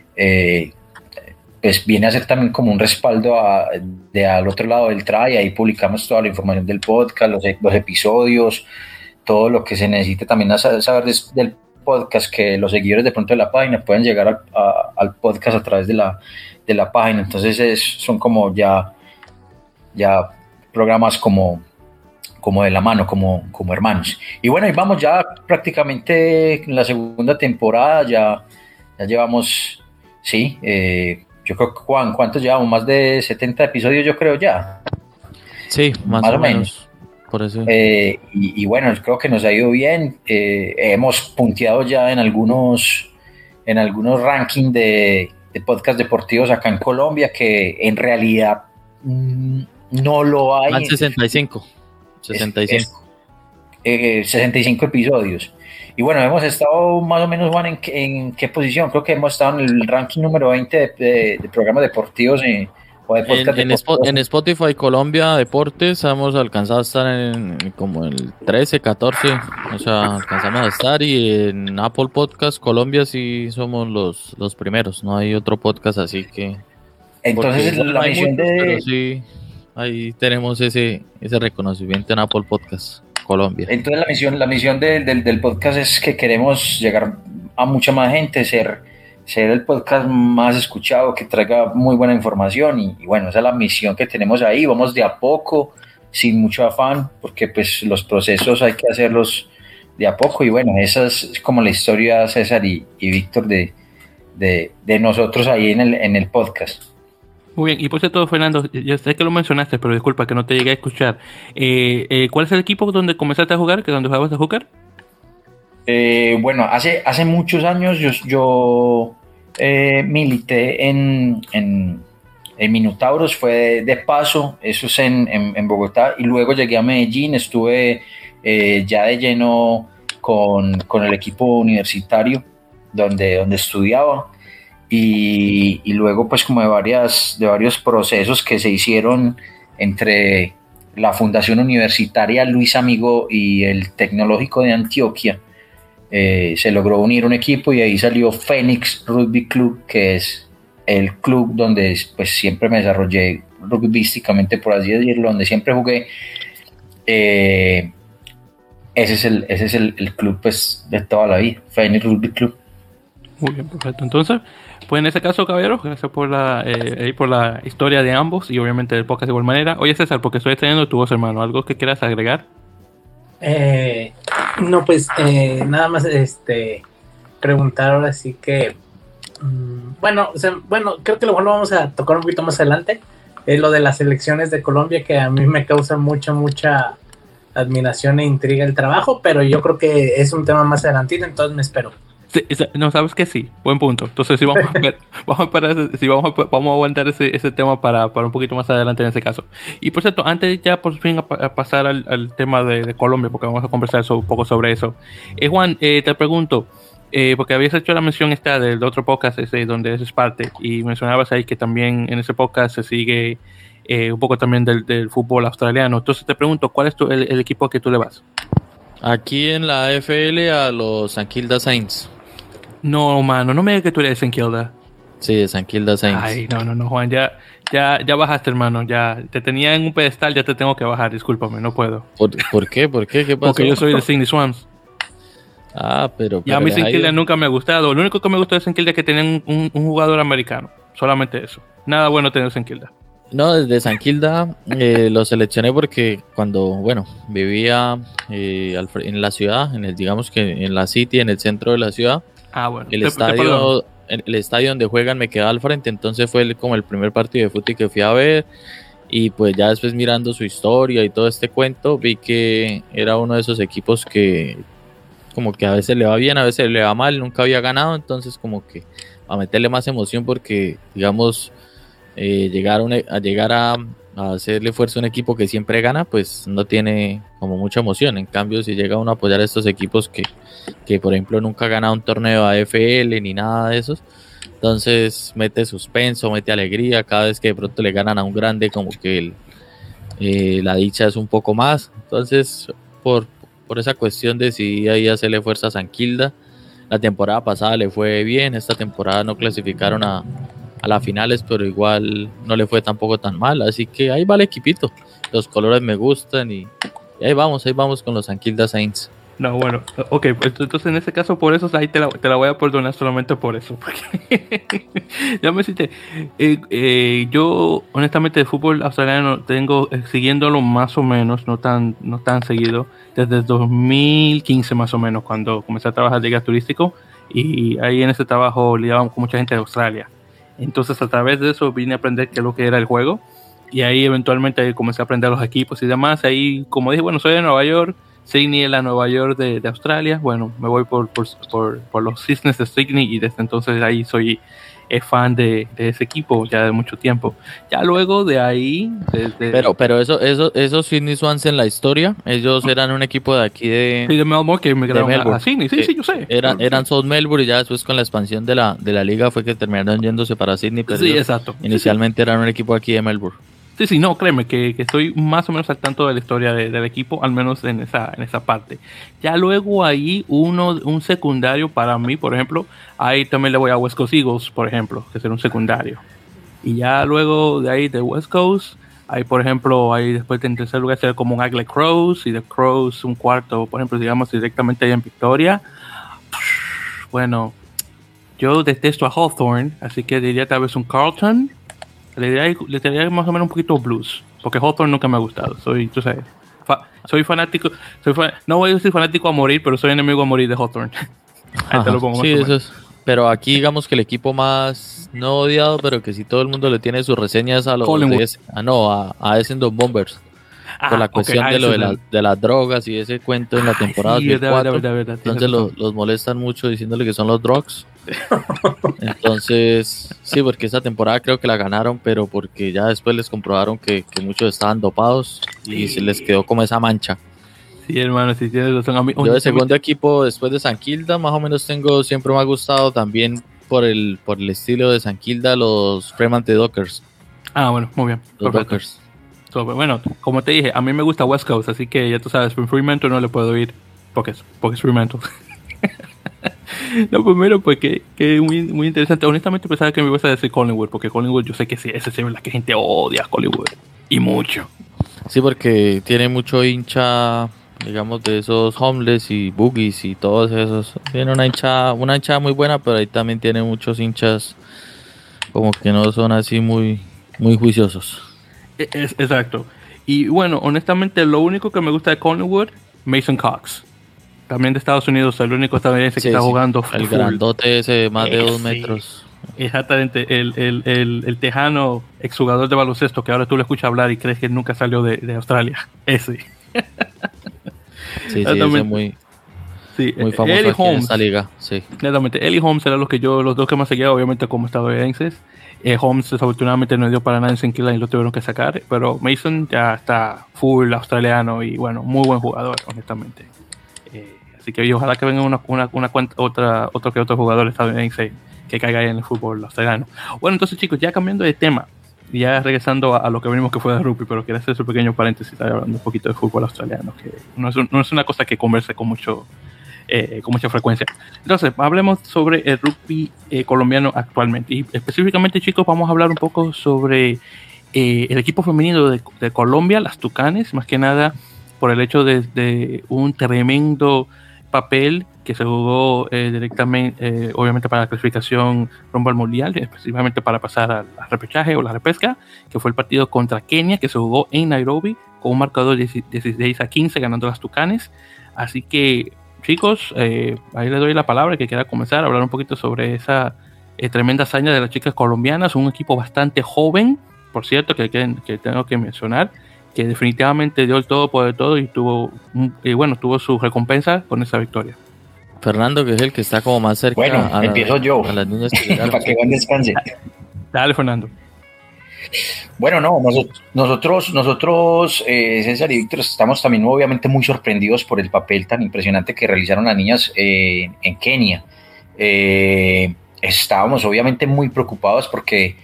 pues viene a ser también como un respaldo al otro lado del TRAI. Ahí publicamos toda la información del podcast, los episodios, todo lo que se necesite también saber del podcast, que los seguidores de pronto de la página pueden llegar al podcast a través de la página. Entonces son como ya programas como de la mano, como hermanos. Y bueno, y vamos ya prácticamente en la segunda temporada, ya llevamos, sí, yo creo que Juan, ¿cuántos llevamos? Más de 70 episodios, yo creo ya. Sí, más o menos. Por eso. Y bueno, creo que nos ha ido bien. Hemos punteado ya en algunos rankings de podcast deportivos acá en Colombia, que en realidad no lo hay. Van 65 episodios. Y bueno, hemos estado más o menos, Juan, ¿en qué posición? Creo que hemos estado en el ranking número 20 de programas deportivos o de podcast deportivos. En Spotify Colombia Deportes hemos alcanzado a estar en como el 13, 14, o sea, alcanzamos a estar, y en Apple Podcast Colombia sí somos los primeros, no hay otro podcast así que... Entonces la misión pero sí, ahí tenemos ese reconocimiento en Apple Podcast Colombia. Entonces la misión del podcast es que queremos llegar a mucha más gente, ser el podcast más escuchado, que traiga muy buena información, y bueno, esa es la misión que tenemos ahí. Vamos de a poco, sin mucho afán, porque pues los procesos hay que hacerlos de a poco, y bueno, esa es como la historia, César y Víctor, de nosotros ahí en el podcast. Muy bien, y por cierto, Fernando, ya sé que lo mencionaste, pero disculpa que no te llegué a escuchar. ¿Cuál es el equipo donde comenzaste a jugar, donde jugabas a jugar? Bueno, hace muchos años yo milité en Minotauros, fue de paso, eso es en Bogotá, y luego llegué a Medellín, estuve ya de lleno con el equipo universitario donde estudiaba. Y luego pues como de varios procesos que se hicieron entre la Fundación Universitaria Luis Amigo y el Tecnológico de Antioquia, se logró unir un equipo, y ahí salió Fénix Rugby Club, que es el club donde pues siempre me desarrollé rugbyísticamente, por así decirlo, donde siempre jugué. Ese es el club pues de toda la vida, Fénix Rugby Club. Muy bien, perfecto. Entonces, pues en ese caso, caballeros, gracias por la historia de ambos, y obviamente del podcast de igual manera. Oye, César, porque estoy teniendo tu voz, hermano, ¿algo que quieras agregar? No, pues nada más preguntar ahora sí que bueno, creo que lo vamos a tocar un poquito más adelante, lo de las elecciones de Colombia, que a mí me causa mucha admiración e intriga el trabajo, pero yo creo que es un tema más adelantino, entonces me espero. Sí, no, sabes que sí, buen punto. Entonces, sí, vamos a aguantar ese tema para un poquito más adelante en ese caso. Y por cierto, antes ya por fin a pasar al tema de Colombia, porque vamos a conversar un poco sobre eso. Juan, te pregunto, porque habías hecho la mención esta del otro podcast donde es parte, y mencionabas ahí que también en ese podcast se sigue un poco también del fútbol australiano. Entonces te pregunto, ¿cuál es el equipo a que tú le vas? Aquí en la AFL a los St Kilda Saints. No, mano, no me digas que tú eres de St Kilda. Sí, de St Kilda Saints. Ay, no, Juan, ya bajaste, hermano, ya te tenía en un pedestal, ya te tengo que bajar, discúlpame, no puedo. ¿Por qué? ¿Qué pasó? Porque yo soy de Sydney Swans. Pero y a mí St Kilda nunca me ha gustado. Lo único que me gustó de St Kilda es que tenían un jugador americano, solamente eso. Nada bueno tener St Kilda. No, desde St Kilda lo seleccioné porque cuando, vivía en la ciudad, digamos que en la City, en el centro de la ciudad. Bueno. El estadio donde juegan me quedaba al frente, entonces fue como el primer partido de fútbol que fui a ver, y pues ya después mirando su historia y todo este cuento, vi que era uno de esos equipos que como que a veces le va bien, a veces le va mal, nunca había ganado, entonces como que a meterle más emoción porque, digamos, llegar a hacerle fuerza a un equipo que siempre gana, pues no tiene como mucha emoción. En cambio, si llega uno a apoyar a estos equipos que por ejemplo nunca ha ganado un torneo AFL ni nada de esos, entonces mete suspenso, mete alegría cada vez que de pronto le ganan a un grande, como que la dicha es un poco más. Entonces por esa cuestión decidí ahí hacerle fuerza a St Kilda. La temporada pasada le fue bien, esta temporada no clasificaron a las finales, pero igual no le fue tampoco tan mal, así que ahí va el equipito, los colores me gustan y ahí vamos con los St Kilda Saints. No, bueno, ok, pues entonces en ese caso por eso ahí te la voy a perdonar solamente por eso, porque ya me hiciste. Yo honestamente de fútbol australiano tengo siguiéndolo más o menos, no tan seguido, desde 2015 más o menos, cuando comencé a trabajar de guía turístico, y ahí en ese trabajo lidiábamos con mucha gente de Australia. Entonces a través de eso vine a aprender qué es lo que era el juego, y ahí eventualmente comencé a aprender los equipos y demás. Ahí, como dije, bueno, soy de Nueva York, Sydney es la Nueva York de Australia. Bueno, me voy por los Cisnes de Sydney, y desde entonces ahí soy fan de ese equipo ya de mucho tiempo. Ya luego de ahí... Pero esos Sydney Swans en la historia, ellos eran un equipo de aquí de Melbourne, que emigraron a Sydney. Sí, yo sé. Eran South Melbourne, y ya después con la expansión de la liga fue que terminaron yéndose para Sydney, pero sí, exacto. Inicialmente eran un equipo aquí de Melbourne. Sí, no, créeme que estoy más o menos al tanto de la historia del equipo, al menos en esa parte. Ya luego ahí un secundario para mí, por ejemplo, ahí también le voy a West Coast Eagles, por ejemplo, que será un secundario. Y ya luego de ahí de West Coast, ahí por ejemplo, ahí después en tercer lugar será como un Aglet Crows, y de Crows un cuarto, por ejemplo, digamos directamente ahí en Victoria. Bueno, yo detesto a Hawthorne, así que diría tal vez un Carlton. Le diría más o menos un poquito blues, porque Hawthorne nunca me ha gustado. Soy fanático, no voy a decir fanático a morir, pero soy enemigo a morir de Hawthorne. Ahí te lo pongo. Sí, eso es. Pero aquí digamos que el equipo más no odiado, pero que sí todo el mundo le tiene sus reseñas a los a Essendon Bombers. Por la cuestión de las drogas y ese cuento en la temporada 2004. Verdad, entonces los molestan mucho diciéndole que son los drugs. Entonces, sí, porque esa temporada creo que la ganaron, pero porque ya después les comprobaron que muchos estaban dopados y se les quedó como esa mancha. Sí, hermano, sí tienes razón. A mí, yo de segundo equipo después de St Kilda, más o menos siempre me ha gustado también por el estilo de St Kilda, los Fremantle Dockers. Bueno, muy bien. Los Dockers. Bueno, como te dije, a mí me gusta West Coast, así que ya tú sabes, Fremantle no le puedo ir porque es Fremantle. No, primero, pues que muy interesante. Honestamente pensaba que me ibas a decir Collingwood, porque Collingwood yo sé que sí, ese es la que gente odia a Collingwood, y mucho. Sí, porque tiene mucho hincha, digamos, de esos homeless y boogies y todos esos. Tiene una hinchada muy buena, pero ahí también tiene muchos hinchas como que no son así muy juiciosos. Exacto. Y bueno, honestamente lo único que me gusta de Collingwood, Mason Cox, también de Estados Unidos, el único estadounidense que está jugando el grandote ese, más de 2 metros. Exactamente, el tejano exjugador de baloncesto que ahora tú le escuchas hablar y crees que nunca salió de Australia. Ese. Sí, ese muy famoso Eli aquí Holmes, en esta liga. Sí. Netamente, Eli Holmes era los dos que más seguía, obviamente como estadounidenses. Holmes desafortunadamente no dio para nada en St. Kilda y lo tuvieron que sacar, pero Mason ya está full australiano y bueno, muy buen jugador, honestamente. Así que ojalá que venga otro que otro jugador estadounidense que caiga ahí en el fútbol australiano. Bueno, entonces chicos, ya cambiando de tema, ya regresando a lo que venimos que fue de rugby, pero quiero hacer su pequeño paréntesis hablando un poquito de fútbol australiano, que no es una cosa que converse con mucha frecuencia. Entonces, hablemos sobre el rugby colombiano actualmente. Y específicamente, chicos, vamos a hablar un poco sobre el equipo femenino de Colombia, las Tucanes, más que nada por el hecho de un tremendo papel que se jugó directamente, obviamente para la clasificación rumbo al mundial, específicamente para pasar al repechaje o la repesca, que fue el partido contra Kenia, que se jugó en Nairobi con un marcador de 16-15 ganando las Tucanes. Así que chicos, ahí les doy la palabra que quiera comenzar a hablar un poquito sobre esa tremenda hazaña de las chicas colombianas, un equipo bastante joven, por cierto, que tengo que mencionar, que definitivamente dio el todo por el todo y tuvo su recompensa con esa victoria. Fernando, que es el que está como más cerca. Bueno, empiezo yo. A las niñas que para que van descanse. Dale, Fernando. Bueno, no, nosotros César y Víctor, estamos también obviamente muy sorprendidos por el papel tan impresionante que realizaron las niñas en Kenia. Estábamos obviamente muy preocupados porque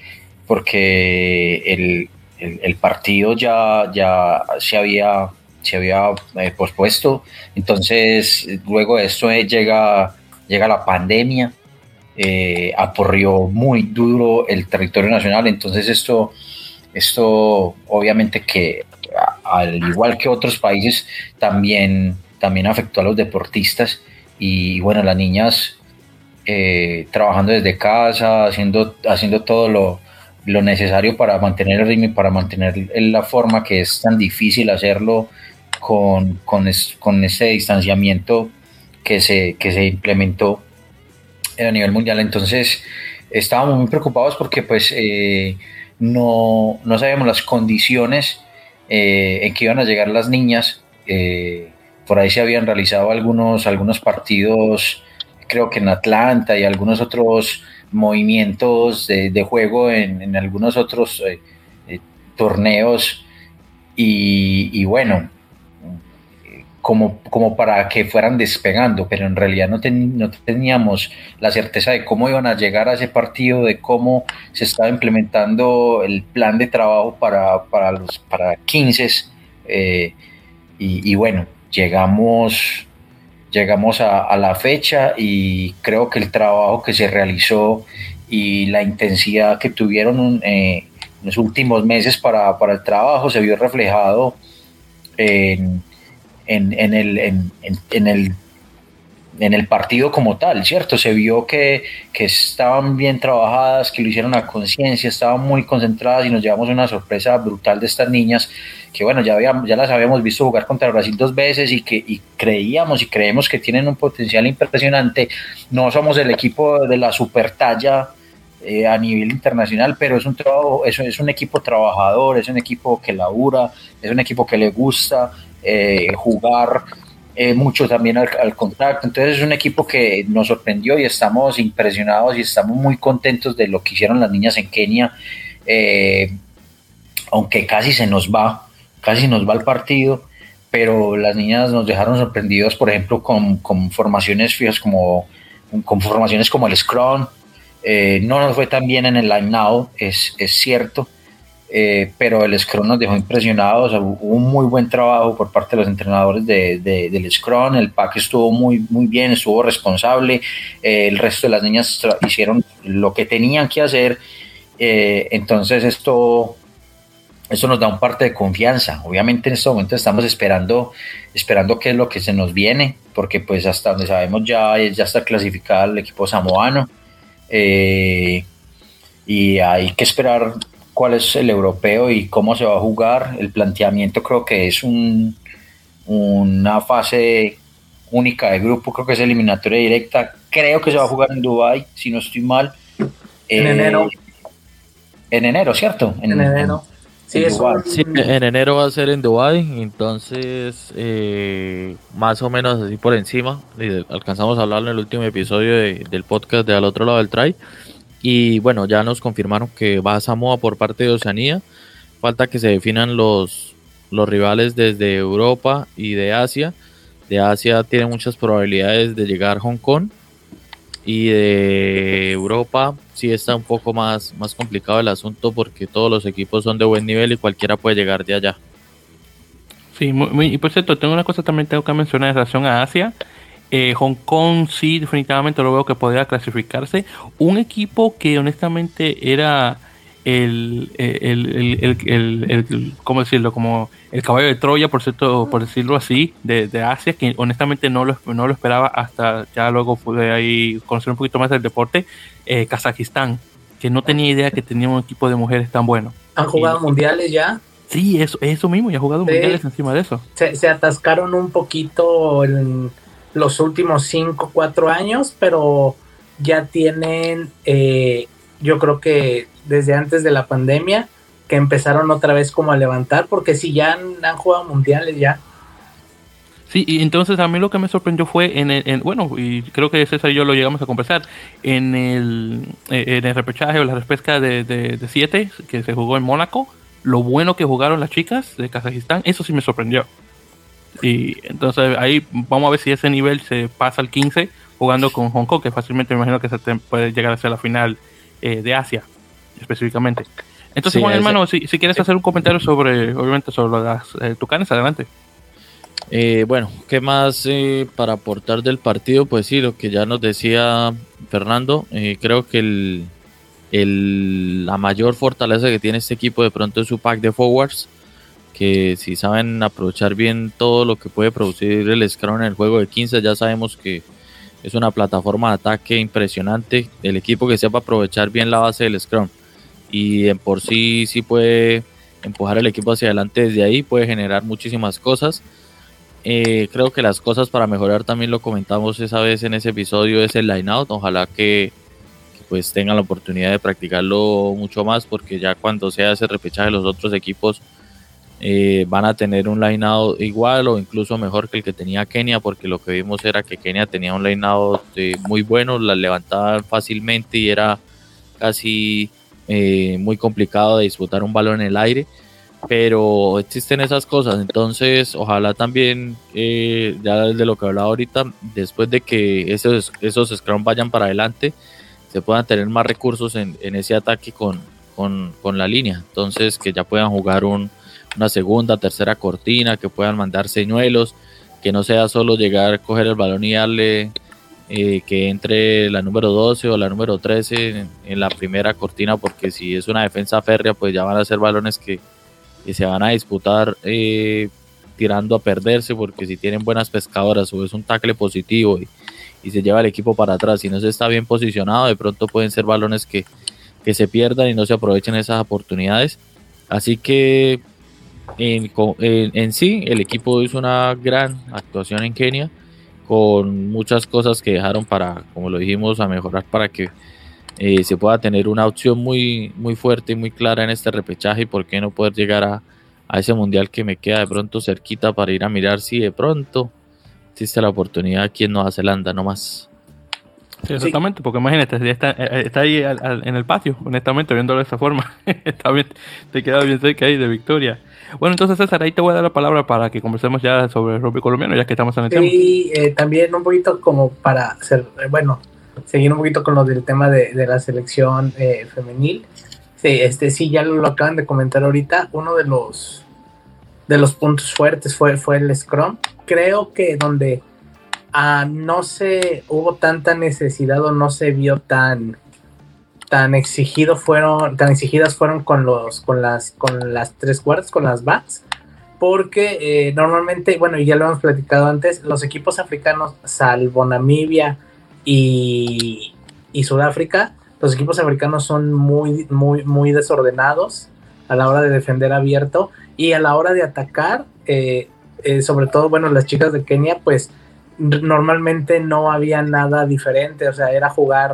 el partido ya se había pospuesto. Entonces, luego de esto llega la pandemia. Aporrió muy duro el territorio nacional, entonces esto obviamente que al igual que otros países también afectó a los deportistas y bueno, las niñas trabajando desde casa, haciendo todo lo necesario para mantener el ritmo y para mantener la forma, que es tan difícil hacerlo con ese distanciamiento que se implementó a nivel mundial. Entonces estábamos muy preocupados porque pues no sabíamos las condiciones en que iban a llegar las niñas. Por ahí se habían realizado algunos partidos, creo que en Atlanta, y algunos otros movimientos de juego en algunos otros torneos y bueno, como para que fueran despegando, pero en realidad no teníamos la certeza de cómo iban a llegar a ese partido, de cómo se estaba implementando el plan de trabajo para 15 y bueno, llegamos a la fecha y creo que el trabajo que se realizó y la intensidad que tuvieron en los últimos meses para el trabajo se vio reflejado en el partido como tal, ¿cierto? Se vio que estaban bien trabajadas, que lo hicieron a conciencia, estaban muy concentradas y nos llevamos una sorpresa brutal de estas niñas que bueno, ya las habíamos visto jugar contra Brasil 2 veces y creemos que tienen un potencial impresionante. No somos el equipo de la super talla a nivel internacional, pero es un equipo trabajador, es un equipo que labura, es un equipo que le gusta jugar mucho también al contacto. Entonces es un equipo que nos sorprendió y estamos impresionados y estamos muy contentos de lo que hicieron las niñas en Kenia, aunque casi nos va el partido, pero las niñas nos dejaron sorprendidos, por ejemplo, con formaciones fijas con formaciones como el scrum. No nos fue tan bien en el line now, es cierto, pero el scrum nos dejó impresionados. Hubo un muy buen trabajo por parte de los entrenadores del scrum. El pack estuvo muy, muy bien, estuvo responsable. El resto de las niñas hicieron lo que tenían que hacer. Entonces esto nos da un parte de confianza. Obviamente en este momento estamos esperando qué es lo que se nos viene, porque pues hasta donde sabemos ya está clasificado el equipo samoano. Y hay que esperar cuál es el europeo y cómo se va a jugar. El planteamiento creo que es una fase única de grupo, creo que es eliminatoria directa, creo que se va a jugar en Dubái, si no estoy mal. En enero. En enero, ¿cierto? En enero. Sí, sí, en enero va a ser en Dubái, entonces más o menos así por encima, alcanzamos a hablar en el último episodio del podcast de Al Otro Lado del Try, y bueno, ya nos confirmaron que va a Samoa por parte de Oceanía, falta que se definan los rivales desde Europa y de Asia tiene muchas probabilidades de llegar Hong Kong, y de Europa sí está un poco más complicado el asunto porque todos los equipos son de buen nivel y cualquiera puede llegar de allá. Sí, y por cierto, tengo una cosa también tengo que mencionar en relación a Asia. Hong Kong sí definitivamente lo veo que podría clasificarse. Un equipo que honestamente era ¿cómo decirlo? Como el caballo de Troya, por decirlo así, de Asia, que honestamente no lo esperaba hasta ya luego pude ahí conocer un poquito más del deporte. Kazajistán, que no tenía idea que tenía un equipo de mujeres tan bueno. ¿Han jugado mundiales ya? Sí, eso mismo, ya ha jugado mundiales encima de eso. Se atascaron un poquito en los últimos 5-4 años, pero ya tienen, yo creo que desde antes de la pandemia, que empezaron otra vez como a levantar, porque sí, ya han jugado mundiales ya. Sí, y entonces a mí lo que me sorprendió fue bueno, y creo que César y yo lo llegamos a conversar, en el repechaje o la repesca de 7 que se jugó en Mónaco, lo bueno que jugaron las chicas de Kazajistán, eso sí me sorprendió. Y entonces ahí vamos a ver si ese nivel se pasa al 15 jugando con Hong Kong, que fácilmente me imagino que se puede llegar a ser la final de Asia específicamente. Entonces, sí, Juan, hermano, si quieres hacer un comentario sobre las Tucanes, adelante. Bueno, ¿qué más para aportar del partido? Pues sí, lo que ya nos decía Fernando, creo que la mayor fortaleza que tiene este equipo de pronto es su pack de forwards, que si saben aprovechar bien todo lo que puede producir el Scrum en el juego de 15, ya sabemos que es una plataforma de ataque impresionante. El equipo que sepa aprovechar bien la base del Scrum y en por sí puede empujar el equipo hacia adelante desde ahí, puede generar muchísimas cosas. Creo que las cosas para mejorar, también lo comentamos esa vez en ese episodio, es el line out. Ojalá que pues tengan la oportunidad de practicarlo mucho más, porque ya cuando sea ese repechaje los otros equipos van a tener un line out igual o incluso mejor que el que tenía Kenia, porque lo que vimos era que Kenia tenía un line out muy bueno, la levantaban fácilmente y era casi muy complicado de disputar un balón en el aire, pero existen esas cosas. Entonces ojalá también ya desde lo que hablaba ahorita, después de que esos scrum vayan para adelante, se puedan tener más recursos en ese ataque con la línea, entonces que ya puedan jugar una segunda, tercera cortina, que puedan mandar señuelos, que no sea solo llegar, coger el balón y darle que entre la número 12 o la número 13 en la primera cortina, porque si es una defensa férrea, pues ya van a ser balones que se van a disputar tirando a perderse, porque si tienen buenas pescadoras o es un tackle positivo y se lleva el equipo para atrás, si no se está bien posicionado, de pronto pueden ser balones que se pierdan y no se aprovechen esas oportunidades. Así que en sí el equipo hizo una gran actuación en Kenia, con muchas cosas que dejaron para, como lo dijimos, a mejorar para que se pueda tener una opción muy, muy fuerte y muy clara en este repechaje, y por qué no poder llegar a ese mundial que me queda de pronto cerquita para ir a mirar si de pronto existe la oportunidad aquí en Nueva Zelanda nomás. Sí, exactamente, sí. Porque imagínate, está ahí en el patio, honestamente, viéndolo de esa forma. Está bien, te queda bien cerca ahí de Victoria. Bueno, entonces César, ahí te voy a dar la palabra para que conversemos ya sobre el rugby colombiano, ya que estamos en el tema. Sí, también un poquito como para hacer, seguir un poquito con lo del tema de la selección femenil. Sí, sí, ya lo acaban de comentar ahorita. Uno de los puntos fuertes fue el Scrum. Creo que donde no se hubo tanta necesidad o no se vio tan exigidas fueron con las tres cuartas, con las backs, porque normalmente, y ya lo hemos platicado antes, los equipos africanos, salvo Namibia y Sudáfrica, los equipos africanos son muy, muy, muy desordenados a la hora de defender abierto y a la hora de atacar, sobre todo, las chicas de Kenia, pues normalmente no había nada diferente, o sea, era jugar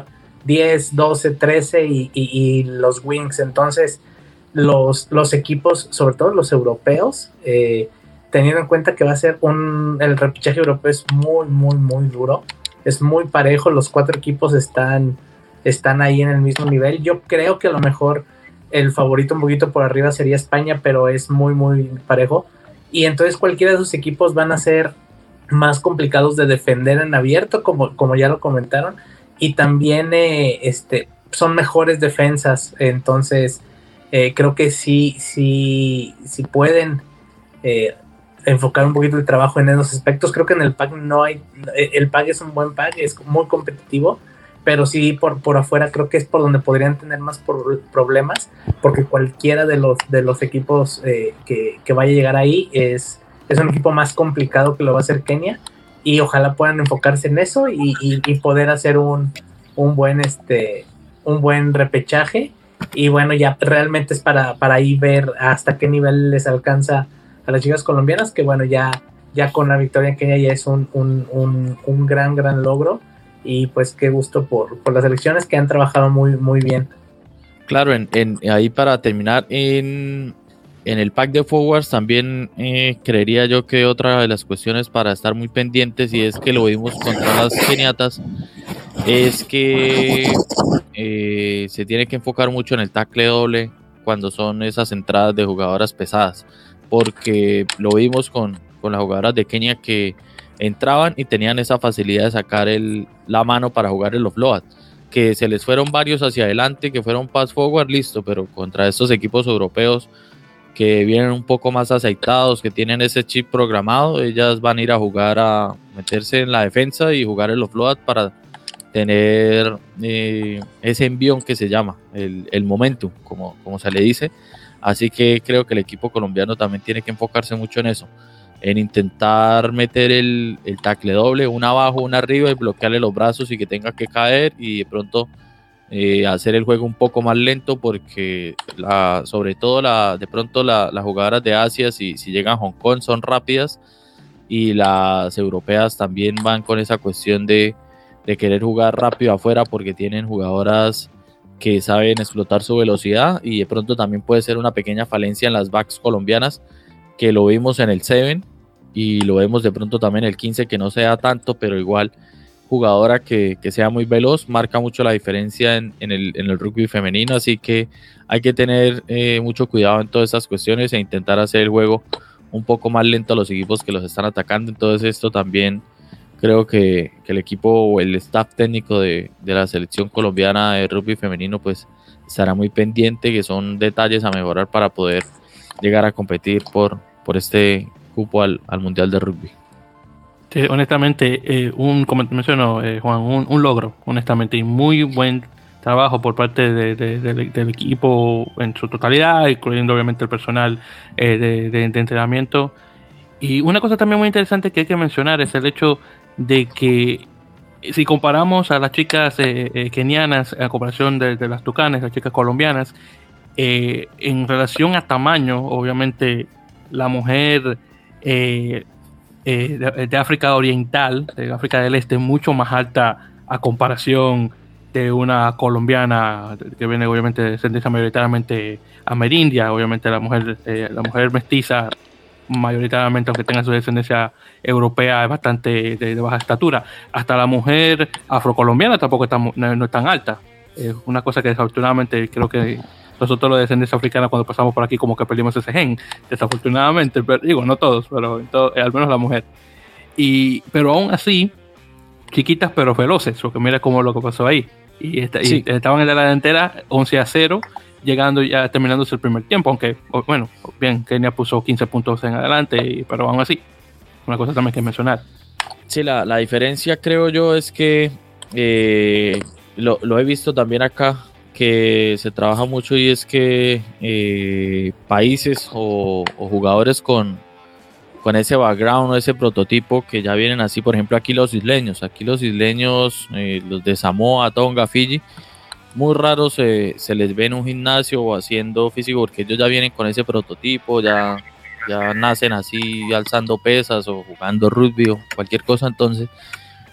10, 12, 13 y los Wings. Entonces, los equipos, sobre todo los europeos, teniendo en cuenta que va a ser el repechaje europeo es muy, muy, muy duro, es muy parejo, los 4 equipos están ahí en el mismo nivel. Yo creo que a lo mejor el favorito un poquito por arriba sería España, pero es muy, muy parejo. Y entonces cualquiera de esos equipos van a ser más complicados de defender en abierto, como ya lo comentaron, y también son mejores defensas. Entonces creo que sí pueden enfocar un poquito el trabajo en esos aspectos. Creo que en el pack el pack es un buen pack, es muy competitivo, pero sí por afuera creo que es por donde podrían tener más problemas, porque cualquiera de los equipos que vaya a llegar ahí es un equipo más complicado que lo va a hacer Kenia, y ojalá puedan enfocarse en eso y poder hacer un buen repechaje. Y bueno, ya realmente es para ahí ver hasta qué nivel les alcanza a las chicas colombianas, que bueno, ya con la victoria en Kenia ya es un gran logro. Y pues qué gusto por las selecciones que han trabajado muy, muy bien. Claro, ahí para terminar, en el pack de forwards también creería yo que otra de las cuestiones para estar muy pendientes, y es que lo vimos contra las keniatas, es que se tiene que enfocar mucho en el tackle doble cuando son esas entradas de jugadoras pesadas, porque lo vimos con las jugadoras de Kenia que entraban y tenían esa facilidad de sacar la mano para jugar el offload, que se les fueron varios hacia adelante, que fueron pass forward, listo, pero contra estos equipos europeos que vienen un poco más aceitados, que tienen ese chip programado, ellas van a ir a jugar, a meterse en la defensa y jugar el offload para tener ese envión que se llama, el momentum, como se le dice. Así que creo que el equipo colombiano también tiene que enfocarse mucho en eso, en intentar meter el tackle doble, una abajo, una arriba, y bloquearle los brazos y que tenga que caer, y de pronto hacer el juego un poco más lento, porque sobre todo de pronto las jugadoras de Asia, si llegan a Hong Kong, son rápidas, y las europeas también van con esa cuestión de querer jugar rápido afuera, porque tienen jugadoras que saben explotar su velocidad, y de pronto también puede ser una pequeña falencia en las backs colombianas, que lo vimos en el 7 y lo vemos de pronto también en el 15, que no sea tanto, pero igual jugadora que sea muy veloz, marca mucho la diferencia en el rugby femenino. Así que hay que tener mucho cuidado en todas estas cuestiones e intentar hacer el juego un poco más lento a los equipos que los están atacando. Entonces esto también creo que el equipo o el staff técnico de la selección colombiana de rugby femenino pues estará muy pendiente, que son detalles a mejorar para poder llegar a competir por este cupo al Mundial de Rugby. Sí, honestamente, como te menciono, Juan, un logro, honestamente, y muy buen trabajo por parte del equipo en su totalidad, incluyendo obviamente el personal de entrenamiento. Y una cosa también muy interesante que hay que mencionar es el hecho de que si comparamos a las chicas kenianas a comparación de las tucanes, las chicas colombianas, en relación a tamaño, obviamente la mujer de África Oriental, de África del Este, mucho más alta a comparación de una colombiana que viene obviamente de descendencia mayoritariamente amerindia. Obviamente la mujer mestiza mayoritariamente, aunque tenga su descendencia europea, es bastante de baja estatura. Hasta la mujer afrocolombiana tampoco no es tan alta. Es una cosa que desafortunadamente creo que nosotros los de descendencia africana, cuando pasamos por aquí, como que perdimos ese gen, desafortunadamente, pero, digo, no todos, pero al menos la mujer. Pero aún así, chiquitas pero veloces, porque mira cómo lo que pasó ahí. Y estaban en la delantera 11-0, llegando ya, terminándose el primer tiempo, aunque, bueno, bien, Kenia puso 15 puntos en adelante, pero aún así, una cosa también que mencionar. Sí, la diferencia creo yo es que lo he visto también acá, que se trabaja mucho, y es que países o jugadores con ese background o ese prototipo que ya vienen así, por ejemplo aquí los isleños, los de Samoa, Tonga, Fiji, muy raro se les ve en un gimnasio o haciendo físico, porque ellos ya vienen con ese prototipo, ya nacen así alzando pesas o jugando rugby o cualquier cosa. Entonces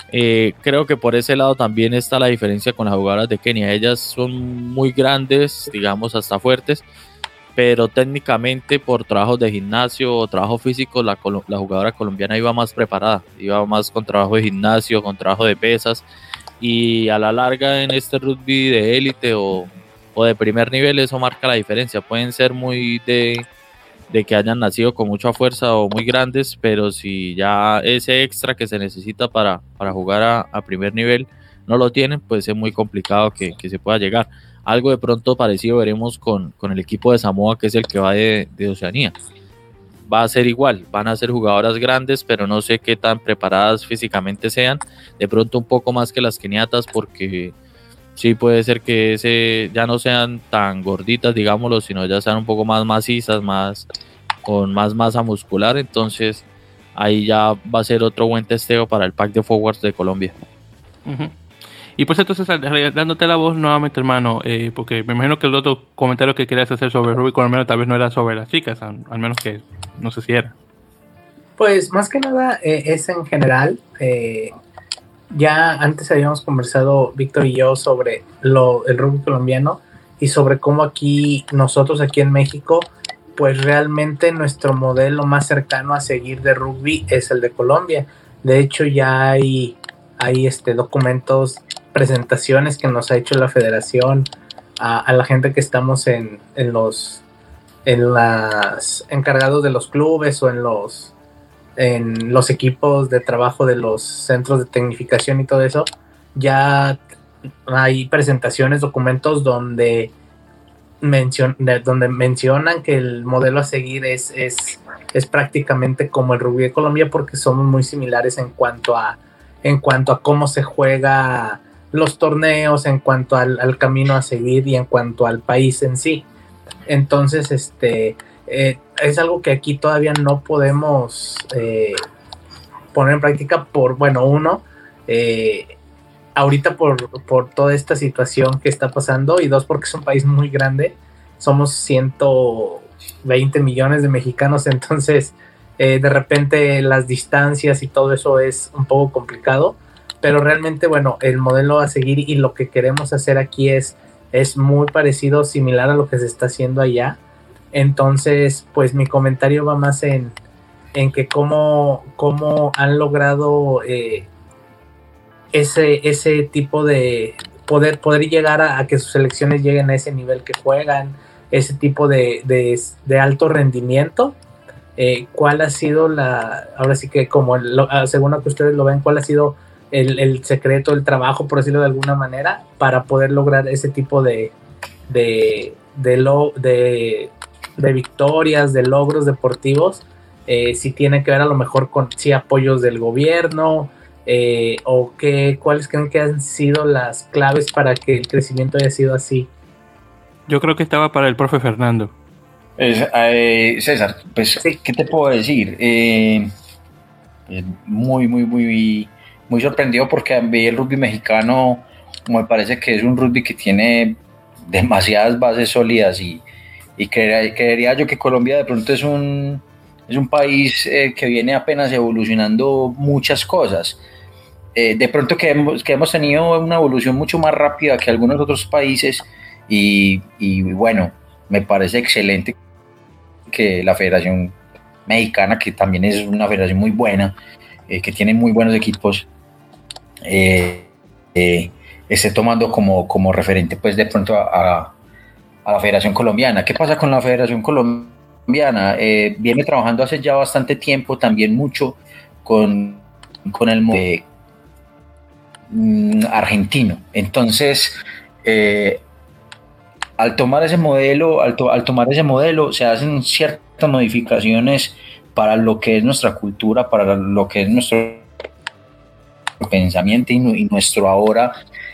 Creo que por ese lado también está la diferencia con las jugadoras de Kenia. Ellas son muy grandes, digamos hasta fuertes, pero técnicamente por trabajos de gimnasio o trabajo físico la jugadora colombiana iba más preparada, iba más con trabajo de gimnasio, con trabajo de pesas, y a la larga en este rugby de élite o de primer nivel eso marca la diferencia. Pueden ser muy de que hayan nacido con mucha fuerza o muy grandes, pero si ya ese extra que se necesita para jugar a primer nivel no lo tienen, pues es muy complicado que se pueda llegar. Algo de pronto parecido veremos con el equipo de Samoa, que es el que va de Oceanía. Va a ser igual, van a ser jugadoras grandes, pero no sé qué tan preparadas físicamente sean, de pronto un poco más que las keniatas, porque sí puede ser que ya no sean tan gorditas, digámoslo, sino ya sean un poco más macizas, con más masa muscular. Entonces ahí ya va a ser otro buen testeo para el pack de forwards de Colombia. Uh-huh. Y pues entonces, dándote la voz nuevamente, hermano, porque me imagino que el otro comentario que querías hacer sobre rugby colombiano tal vez no era sobre las chicas, al menos que no sé si era. Pues más que nada es en general. Ya antes habíamos conversado Víctor y yo sobre el rugby colombiano y sobre cómo nosotros aquí en México, pues realmente nuestro modelo más cercano a seguir de rugby es el de Colombia. De hecho ya hay documentos, presentaciones que nos ha hecho la federación a la gente que estamos en los encargados de los clubes o en los equipos de trabajo de los centros de tecnificación y todo eso. Ya hay presentaciones, documentos donde mencionan que el modelo a seguir es prácticamente como el rugby de Colombia, porque somos muy similares en cuanto a cómo se juega los torneos, en cuanto al camino a seguir y en cuanto al país en sí. Entonces, es algo que aquí todavía no podemos poner en práctica ahorita por toda esta situación que está pasando, y dos, porque es un país muy grande. Somos 120 millones de mexicanos, entonces de repente las distancias y todo eso es un poco complicado, pero realmente, bueno, el modelo a seguir y lo que queremos hacer aquí es muy parecido, similar a lo que se está haciendo allá. Entonces, pues mi comentario va más en que cómo han logrado ese tipo de poder llegar a que sus selecciones lleguen a ese nivel que juegan, ese tipo de alto rendimiento. ¿Cuál ha sido ahora sí que según lo que ustedes lo ven, cuál ha sido el secreto, el trabajo, por decirlo de alguna manera, para poder lograr ese tipo de victorias, de logros deportivos? Si tiene que ver a lo mejor con apoyos del gobierno, o cuáles creen que han sido las claves para que el crecimiento haya sido así. Yo creo que estaba para el profe Fernando. César, pues, sí. ¿Qué te puedo decir? Muy, muy, muy, muy sorprendido, porque a mí el rugby mexicano me parece que es un rugby que tiene demasiadas bases sólidas, y creería yo que Colombia de pronto es un país que viene apenas evolucionando muchas cosas. De pronto que hemos tenido una evolución mucho más rápida que algunos otros países, y bueno, me parece excelente que la Federación Mexicana, que también es una federación muy buena, que tiene muy buenos equipos, esté tomando como referente, pues, de pronto a la Federación Colombiana. ¿Qué pasa con la Federación Colombiana? Viene trabajando hace ya bastante tiempo también mucho con el argentino. Entonces, al tomar ese modelo se hacen ciertas modificaciones para lo que es nuestra cultura, para lo que es nuestro pensamiento y nuestro ahora,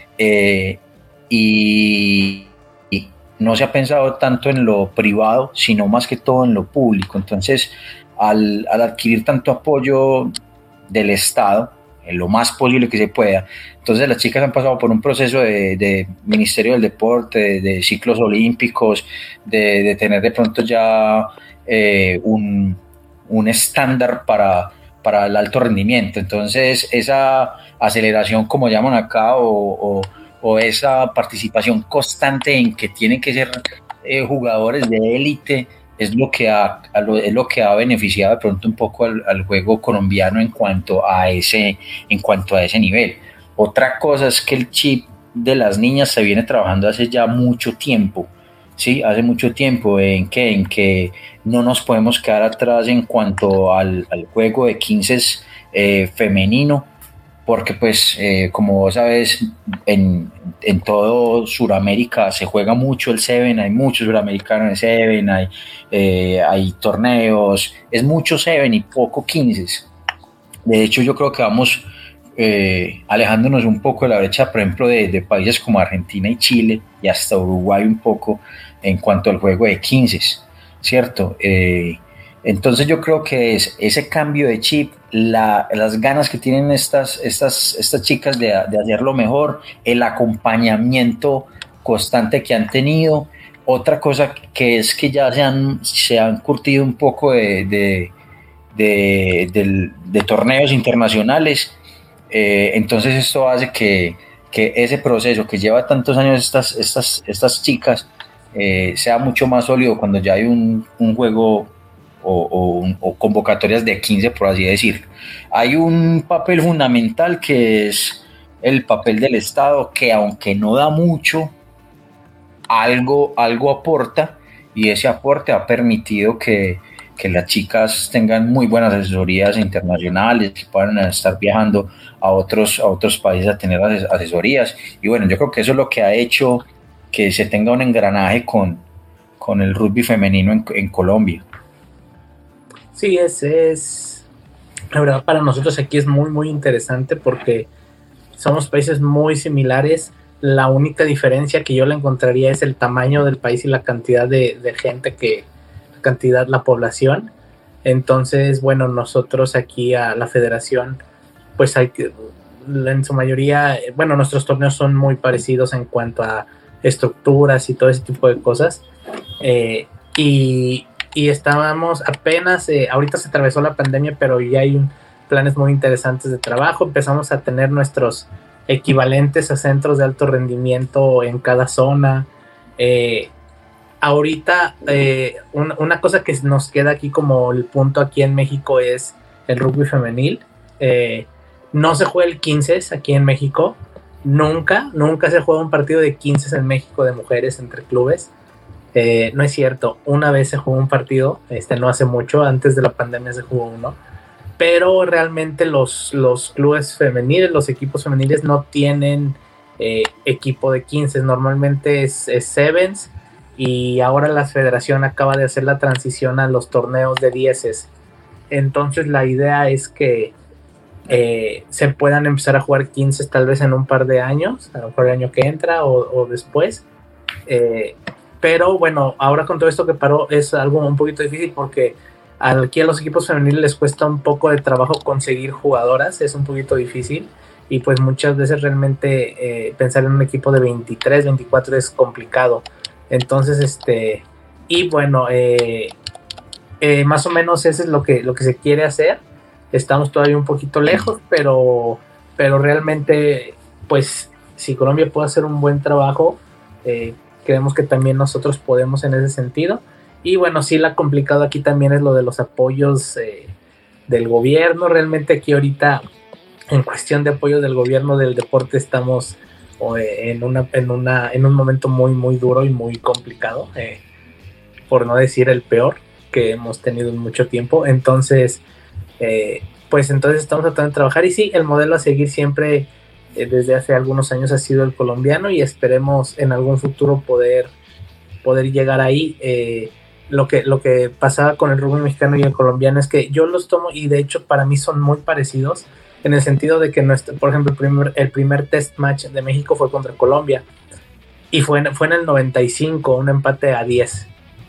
y no se ha pensado tanto en lo privado, sino más que todo en lo público. Entonces, al adquirir tanto apoyo del Estado, en lo más posible que se pueda, entonces las chicas han pasado por un proceso de Ministerio del Deporte, de ciclos olímpicos, de tener de pronto ya un estándar para para el alto rendimiento. Entonces, esa aceleración, como llaman acá, o esa participación constante en que tienen que ser jugadores de élite, es lo que ha beneficiado de pronto un poco al juego colombiano en cuanto a ese nivel. Otra cosa es que el chip de las niñas se viene trabajando hace ya mucho tiempo, ¿sí? Hace mucho tiempo en que no nos podemos quedar atrás en cuanto al juego de 15 femenino, porque pues como vos sabes, en todo Sudamérica se juega mucho el Seven, hay muchos suramericanos en Seven, hay torneos, es mucho Seven y poco 15. De hecho, yo creo que vamos alejándonos un poco de la brecha, por ejemplo, de países como Argentina y Chile, y hasta Uruguay un poco, en cuanto al juego de 15, ¿cierto? Entonces yo creo que es ese cambio de chip, las ganas que tienen estas chicas de hacerlo mejor, el acompañamiento constante que han tenido. Otra cosa que es que ya se han curtido un poco de torneos internacionales. Entonces esto hace que ese proceso que lleva tantos años estas chicas sea mucho más sólido cuando ya hay un juego o convocatorias de 15, por así decirlo. Hay un papel fundamental que es el papel del Estado, que aunque no da mucho, algo aporta, y ese aporte ha permitido que las chicas tengan muy buenas asesorías internacionales, que puedan estar viajando a otros países a tener asesorías. Y bueno, yo creo que eso es lo que ha hecho que se tenga un engranaje con el rugby femenino en Colombia. Sí, la verdad, para nosotros aquí es muy, muy interesante porque somos países muy similares. La única diferencia que yo le encontraría es el tamaño del país y la cantidad de gente la población. Entonces, bueno, nosotros aquí a la federación, pues en su mayoría, bueno, nuestros torneos son muy parecidos en cuanto a estructuras y todo ese tipo de cosas. Y estábamos apenas, ahorita se atravesó la pandemia, pero ya hay planes muy interesantes de trabajo. Empezamos a tener nuestros equivalentes a centros de alto rendimiento en cada zona. Ahorita, una cosa que nos queda aquí como el punto aquí en México es el rugby femenil. No se juega el 15 aquí en México. Nunca se juega un partido de 15 en México de mujeres entre clubes. No es cierto, una vez se jugó un partido, no hace mucho, antes de la pandemia se jugó uno, pero realmente los clubes femeniles, los equipos femeniles no tienen equipo de 15, normalmente es sevens, y ahora la federación acaba de hacer la transición a los torneos de 10. Entonces la idea es que se puedan empezar a jugar 15 tal vez en un par de años, a lo mejor el año que entra o después. Pero bueno, ahora con todo esto que paró es algo un poquito difícil porque aquí a los equipos femeniles les cuesta un poco de trabajo conseguir jugadoras, es un poquito difícil, y pues muchas veces realmente pensar en un equipo de 23, 24 es complicado. Entonces, y bueno, más o menos eso es lo que se quiere hacer. Estamos todavía un poquito lejos, pero realmente, pues, si Colombia puede hacer un buen trabajo, creemos que también nosotros podemos en ese sentido. Y bueno, sí, la complicado aquí también es lo de los apoyos del gobierno. Realmente aquí ahorita, en cuestión de apoyo del gobierno del deporte, estamos en un momento muy, muy duro y muy complicado, por no decir el peor que hemos tenido en mucho tiempo. Entonces, pues entonces estamos tratando de trabajar, y sí, el modelo a seguir siempre desde hace algunos años ha sido el colombiano, y esperemos en algún futuro poder llegar ahí. Lo que pasaba con el rugby mexicano y el colombiano es que yo los tomo, y de hecho para mí son muy parecidos, en el sentido de que por ejemplo el primer test match de México fue contra Colombia, y fue en el 95, un empate a 10.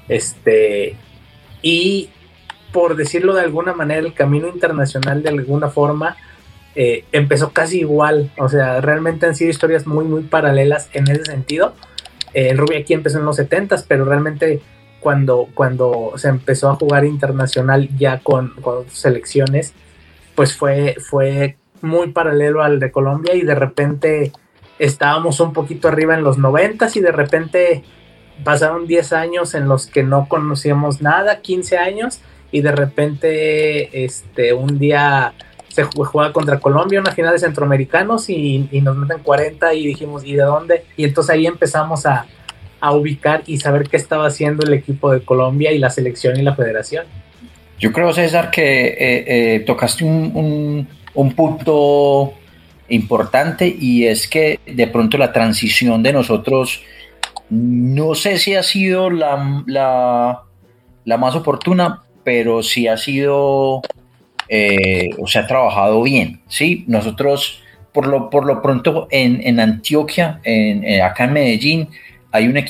Y por decirlo de alguna manera, el camino internacional de alguna forma empezó casi igual. O sea, realmente han sido historias muy, muy paralelas en ese sentido. El rugby aquí empezó en los 70s, pero realmente cuando se empezó a jugar internacional ya con selecciones, pues fue muy paralelo al de Colombia, y de repente estábamos un poquito arriba en los 90s, y de repente pasaron 10 años en los que no conocíamos nada, 15 años, y de repente un día se juega contra Colombia, una final de centroamericanos, y nos meten 40, y dijimos, ¿y de dónde? Y entonces ahí empezamos a ubicar y saber qué estaba haciendo el equipo de Colombia y la selección y la federación. Yo creo, César, que tocaste un punto importante, y es que de pronto la transición de nosotros, no sé si ha sido la más oportuna, pero sí ha sido, o se ha trabajado bien, ¿sí? Nosotros, por lo pronto, en Antioquia, acá en Medellín, hay un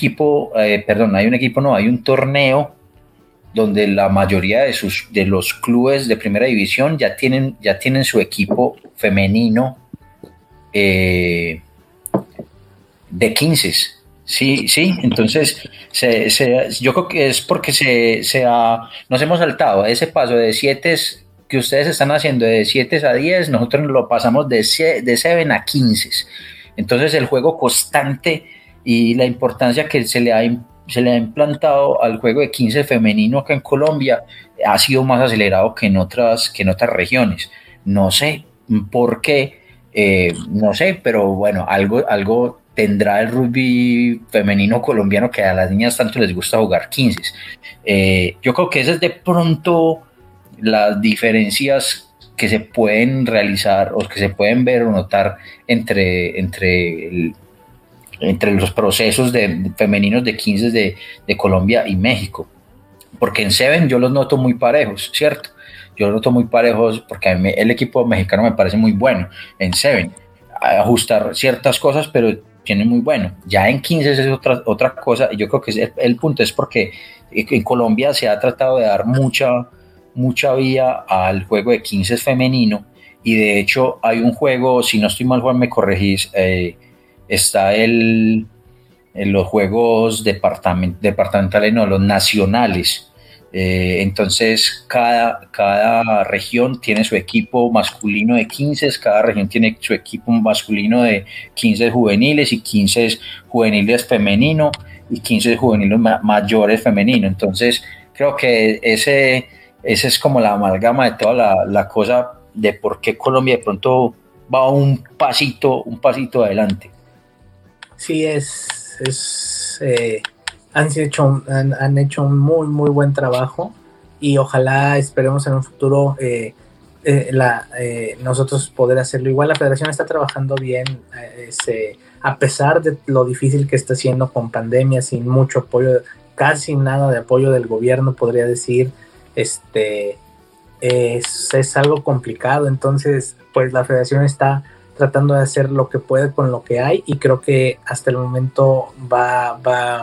torneo donde la mayoría de los clubes de primera división ya tienen su equipo femenino de 15. Sí, entonces yo creo que es porque nos hemos saltado ese paso de 7 que ustedes están haciendo, de 7 a 10, nosotros lo pasamos de 7 a 15. Entonces el juego constante y la importancia que se le ha implantado al juego de 15 femenino acá en Colombia ha sido más acelerado que en otras regiones. No sé por qué, no sé, pero bueno, algo tendrá el rugby femenino colombiano, que a las niñas tanto les gusta jugar 15. Yo creo que esas es de pronto las diferencias que se pueden realizar o que se pueden ver o notar entre los procesos femeninos de 15 de Colombia y México, porque en Seven yo los noto muy parejos, ¿cierto? Yo los noto muy parejos porque a mí el equipo mexicano me parece muy bueno en Seven, ajustar ciertas cosas, pero tiene muy bueno. Ya en 15 es otra cosa, y yo creo que el punto es porque en Colombia se ha tratado de dar mucha vía al juego de 15 femenino, y de hecho hay un juego, si no estoy mal, Juan, me corregís, está en los juegos departamentales, no, los nacionales. Entonces cada región tiene su equipo masculino de 15, cada región tiene su equipo masculino de 15 juveniles y 15 juveniles femenino y 15 juveniles mayores femenino. Entonces creo que ese es como la amalgama de toda la cosa de por qué Colombia de pronto va un pasito adelante. Sí, han hecho un muy, muy buen trabajo, y ojalá esperemos en un futuro nosotros poder hacerlo igual. La federación está trabajando bien, a pesar de lo difícil que está haciendo con pandemia, sin mucho apoyo, casi nada de apoyo del gobierno, podría decir. Es algo complicado, entonces pues la federación está tratando de hacer lo que puede con lo que hay, y creo que hasta el momento va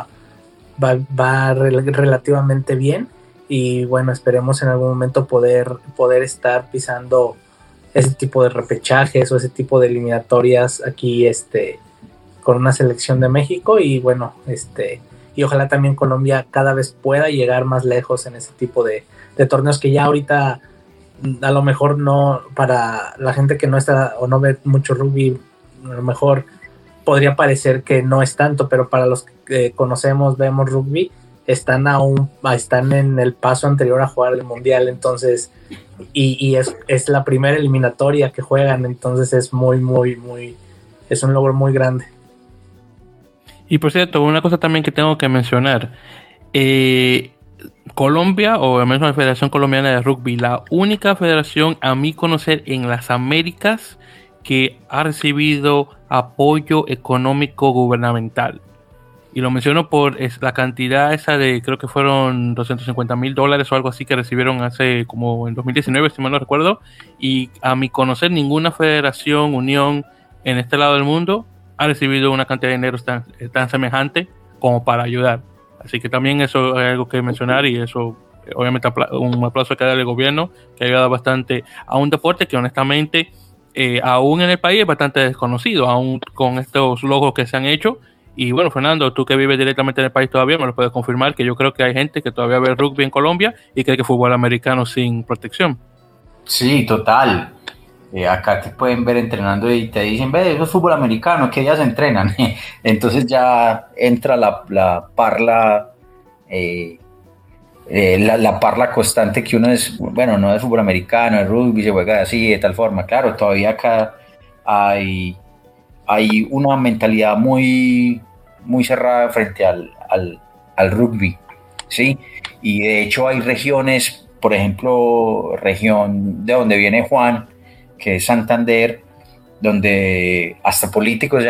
relativamente bien, y bueno, esperemos en algún momento poder estar pisando ese tipo de repechajes o ese tipo de eliminatorias aquí con una selección de México, y bueno, y ojalá también Colombia cada vez pueda llegar más lejos en ese tipo de torneos que ya ahorita a lo mejor no, para la gente que no está o no ve mucho rugby, a lo mejor podría parecer que no es tanto, pero para los que vemos rugby, están en el paso anterior a jugar el mundial, entonces, y es la primera eliminatoria que juegan, entonces es es un logro muy grande. Y por cierto, una cosa también que tengo que mencionar, Colombia, o al menos la Federación Colombiana de Rugby, la única federación a mi conocer en las Américas que ha recibido apoyo económico gubernamental. Y lo menciono por la cantidad esa de, creo que fueron $250,000 o algo así, que recibieron hace como en 2019, si mal no recuerdo. Y a mi conocer, ninguna federación, unión en este lado del mundo ha recibido una cantidad de dinero tan semejante como para ayudar. Así que también eso es algo que mencionar, y eso obviamente un aplauso que darle al gobierno, que ha ayudado bastante a un deporte que honestamente aún en el país es bastante desconocido, aún con estos logros que se han hecho. Y bueno, Fernando, tú que vives directamente en el país todavía me lo puedes confirmar, que yo creo que hay gente que todavía ve rugby en Colombia y cree que fútbol americano sin protección. Sí, total. Acá te pueden ver entrenando y te dicen, ve, eso es fútbol americano, ¿qué días entrenan? Entonces ya entra la parla, eh, la parla constante que uno es, bueno, no es fútbol americano, es rugby, se juega así, de tal forma. Claro, todavía acá hay una mentalidad muy cerrada frente al rugby, ¿sí? Y de hecho hay regiones, por ejemplo, región de donde viene Juan, que es Santander, donde hasta políticos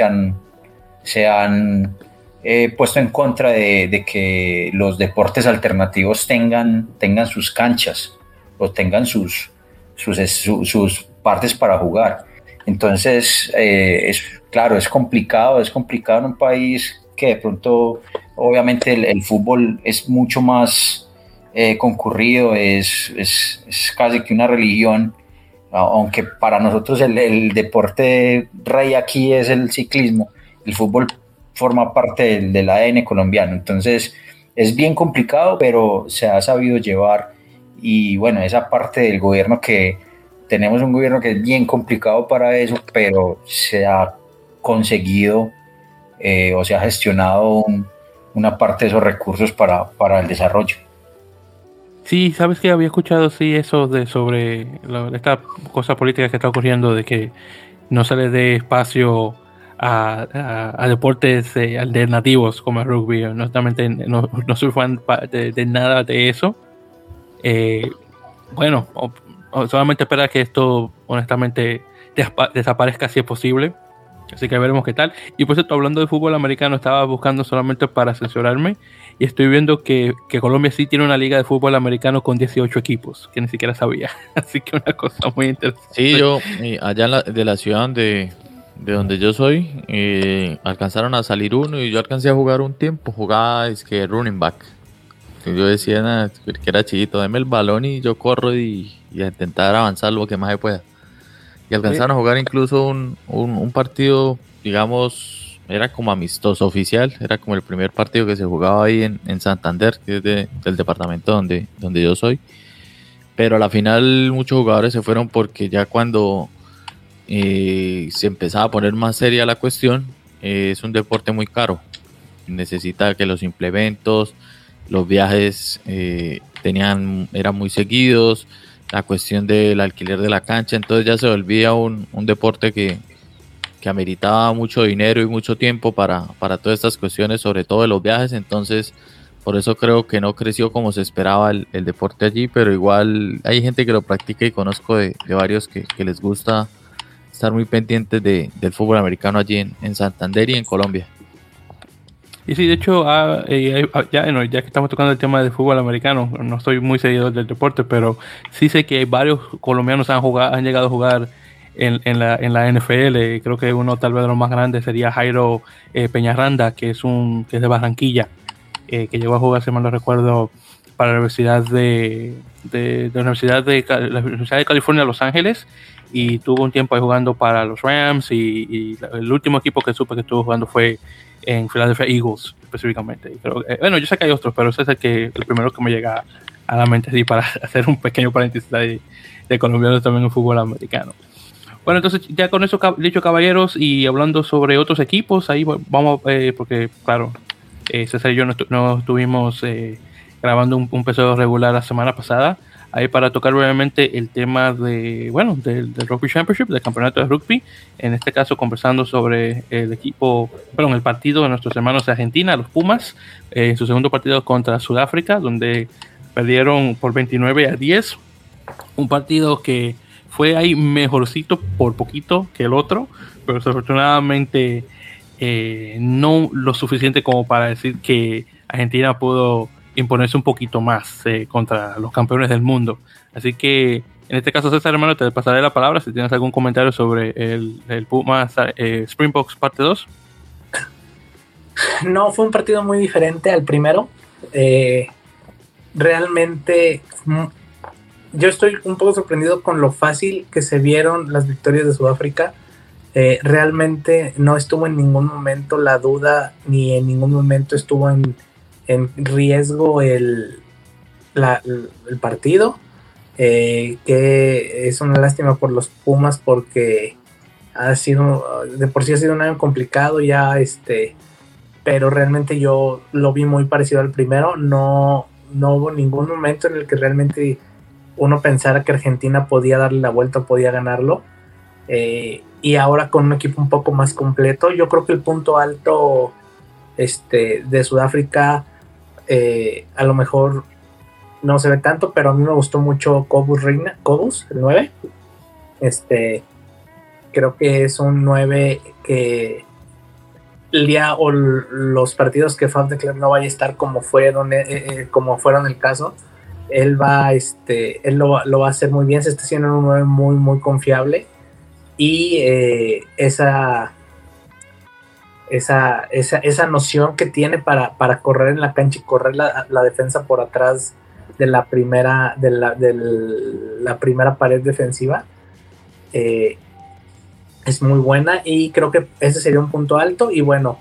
se han puesto en contra de que los deportes alternativos tengan sus canchas o tengan sus partes para jugar. Entonces, claro, es complicado en un país que de pronto, obviamente, el fútbol es mucho más concurrido, es casi que una religión, aunque para nosotros el deporte rey aquí es el ciclismo, el fútbol forma parte del ADN colombiano. Entonces, es bien complicado, pero se ha sabido llevar. Y bueno, esa parte del gobierno tenemos un gobierno que es bien complicado para eso, pero se ha conseguido o se ha gestionado una parte de esos recursos para el desarrollo. Sí, sabes que había escuchado eso sobre esta cosa política que está ocurriendo, de que no se le dé espacio a deportes alternativos como el rugby. Honestamente, no soy fan de nada de eso. Bueno, solamente esperar que esto honestamente desaparezca si es posible. Así que veremos qué tal. Y por cierto, hablando de fútbol americano, estaba buscando solamente para censurarme y estoy viendo que Colombia sí tiene una liga de fútbol americano con 18 equipos, que ni siquiera sabía. Así que una cosa muy interesante. Sí, yo allá de la ciudad de donde yo soy, alcanzaron a salir uno y yo alcancé a jugar un tiempo. Jugaba running back. Yo decía que era chiquito, deme el balón y yo corro y a intentar avanzar lo que más se pueda. Y alcanzaron a jugar incluso un partido, digamos, era como amistoso oficial, era como el primer partido que se jugaba ahí en Santander, que es del departamento donde yo soy. Pero a la final muchos jugadores se fueron porque ya cuando se empezaba a poner más seria la cuestión, es un deporte muy caro. Necesita que los implementos, los viajes eran muy seguidos, la cuestión del alquiler de la cancha, entonces ya se volvía un deporte que ameritaba mucho dinero y mucho tiempo para todas estas cuestiones, sobre todo de los viajes. Entonces por eso creo que no creció como se esperaba el deporte allí, pero igual hay gente que lo practica y conozco de varios que les gusta estar muy pendientes del fútbol americano allí en Santander y en Colombia. Y sí, de hecho, ya que estamos tocando el tema del fútbol americano, no soy muy seguidor del deporte, pero sí sé que varios colombianos han llegado a jugar en la NFL. Creo que uno tal vez de los más grandes sería Jairo Peñaranda, que es de Barranquilla, que llegó a jugar, si mal no recuerdo, para la Universidad la Universidad de California, Los Ángeles, y tuvo un tiempo ahí jugando para los Rams, y el último equipo que supe que estuvo jugando fue en Philadelphia Eagles específicamente. Pero, bueno, yo sé que hay otros, pero ese es el primero que me llega a la mente, sí, para hacer un pequeño paréntesis de colombianos también en fútbol americano. Bueno, entonces ya con eso dicho, caballeros, y hablando sobre otros equipos, ahí vamos, porque claro, César y yo no estuvimos grabando un episodio regular la semana pasada, ahí para tocar brevemente el tema del Rugby Championship, del campeonato de rugby, en este caso conversando sobre el partido de nuestros hermanos de Argentina, los Pumas, en su segundo partido contra Sudáfrica, donde perdieron por 29-10, un partido que fue ahí mejorcito por poquito que el otro, pero desafortunadamente no lo suficiente como para decir que Argentina pudo imponerse un poquito más contra los campeones del mundo. Así que en este caso, César, hermano, te pasaré la palabra si tienes algún comentario sobre el Pumas Springboks parte 2. No, fue un partido muy diferente al primero. Realmente yo estoy un poco sorprendido con lo fácil que se vieron las victorias de Sudáfrica. Realmente no estuvo en ningún momento la duda, ni en ningún momento estuvo en riesgo el partido. que es una lástima por los Pumas porque de por sí ha sido un año complicado ya, pero realmente yo lo vi muy parecido al primero. No hubo ningún momento en el que realmente uno pensara que Argentina podía darle la vuelta, podía ganarlo, y ahora con un equipo un poco más completo. Yo creo que el punto alto de Sudáfrica, a lo mejor no se ve tanto, pero a mí me gustó mucho Cobus, el 9. Creo que es un 9 que el día o los partidos que Faf de Klerk no vaya a estar como fueron el caso, él lo va a hacer muy bien. Se está haciendo un 9 muy muy confiable, y esa noción que tiene para correr en la cancha y correr la defensa por atrás de la primera pared defensiva, es muy buena, y creo que ese sería un punto alto. Y bueno,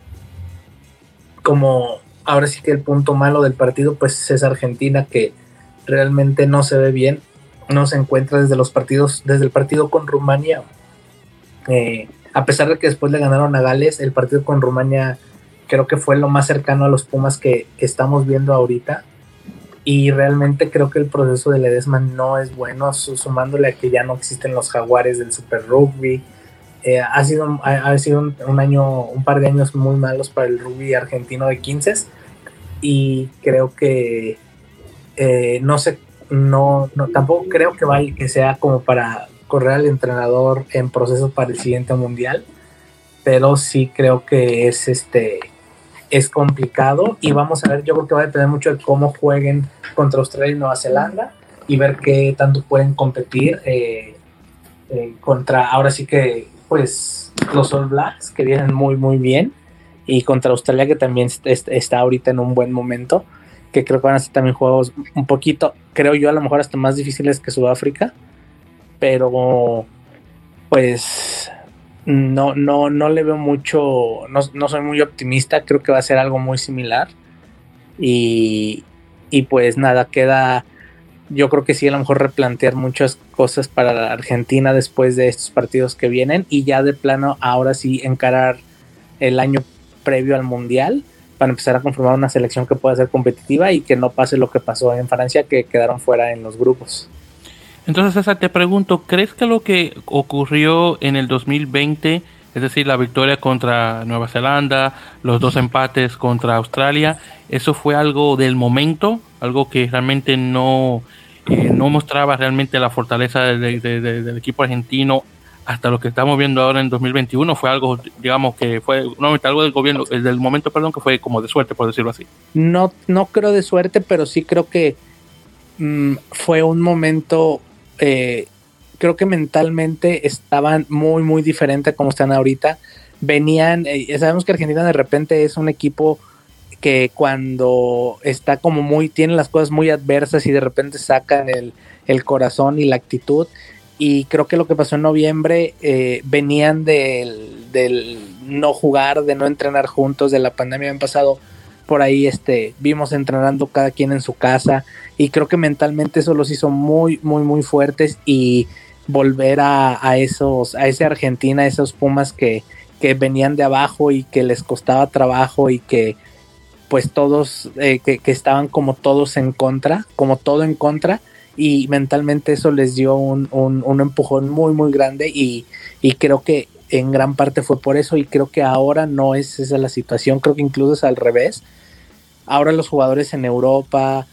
como ahora sí que el punto malo del partido pues es Argentina, que realmente no se ve bien, no se encuentra desde el partido con Rumania, a pesar de que después le ganaron a Gales. El partido con Rumania creo que fue lo más cercano a los Pumas que estamos viendo ahorita, y realmente creo que el proceso de Ledesma no es bueno, sumándole a que ya no existen los Jaguares del Super Rugby. Ha sido un par de años muy malos para el rugby argentino de 15, y creo que tampoco creo que sea como para correr al entrenador en proceso para el siguiente mundial, pero sí creo que es complicado, y vamos a ver. Yo creo que va a depender mucho de cómo jueguen contra Australia y Nueva Zelanda, y ver qué tanto pueden competir contra, ahora sí que pues, los All Blacks, que vienen muy muy bien, y contra Australia, que también está ahorita en un buen momento, que creo que van a ser también juegos un poquito, creo yo, a lo mejor hasta más difíciles que Sudáfrica, pero pues no le veo mucho, no soy muy optimista. Creo que va a ser algo muy similar, y pues nada, yo creo que sí, a lo mejor replantear muchas cosas para la Argentina después de estos partidos que vienen, y ya de plano ahora sí encarar el año previo al Mundial para empezar a conformar una selección que pueda ser competitiva y que no pase lo que pasó en Francia, que quedaron fuera en los grupos. Entonces, César, te pregunto, ¿crees que lo que ocurrió en el 2020, es decir, la victoria contra Nueva Zelanda, los 2 empates contra Australia, eso fue algo del momento, algo que realmente no mostraba realmente la fortaleza del equipo argentino, hasta lo que estamos viendo ahora en 2021? Fue algo, digamos, que fue algo del gobierno, del momento, perdón, que fue como de suerte, por decirlo así. No creo de suerte, pero sí creo que fue un momento, creo que mentalmente estaban muy muy diferente a como están ahorita. Venían, sabemos que Argentina de repente es un equipo que cuando está como tiene las cosas muy adversas, y de repente sacan el corazón y la actitud, y creo que lo que pasó en noviembre, venían del no jugar, de no entrenar juntos, de la pandemia. Han pasado por ahí, vimos entrenando cada quien en su casa, y creo que mentalmente eso los hizo muy muy muy fuertes, y volver a ese Argentina, a esos Pumas que venían de abajo y que les costaba trabajo, y que pues todos que estaban como todos en contra, como todo en contra, y mentalmente eso les dio un empujón muy muy grande, y creo que en gran parte fue por eso, y creo que ahora no es esa la situación. Creo que incluso es al revés. Ahora los jugadores en Europa,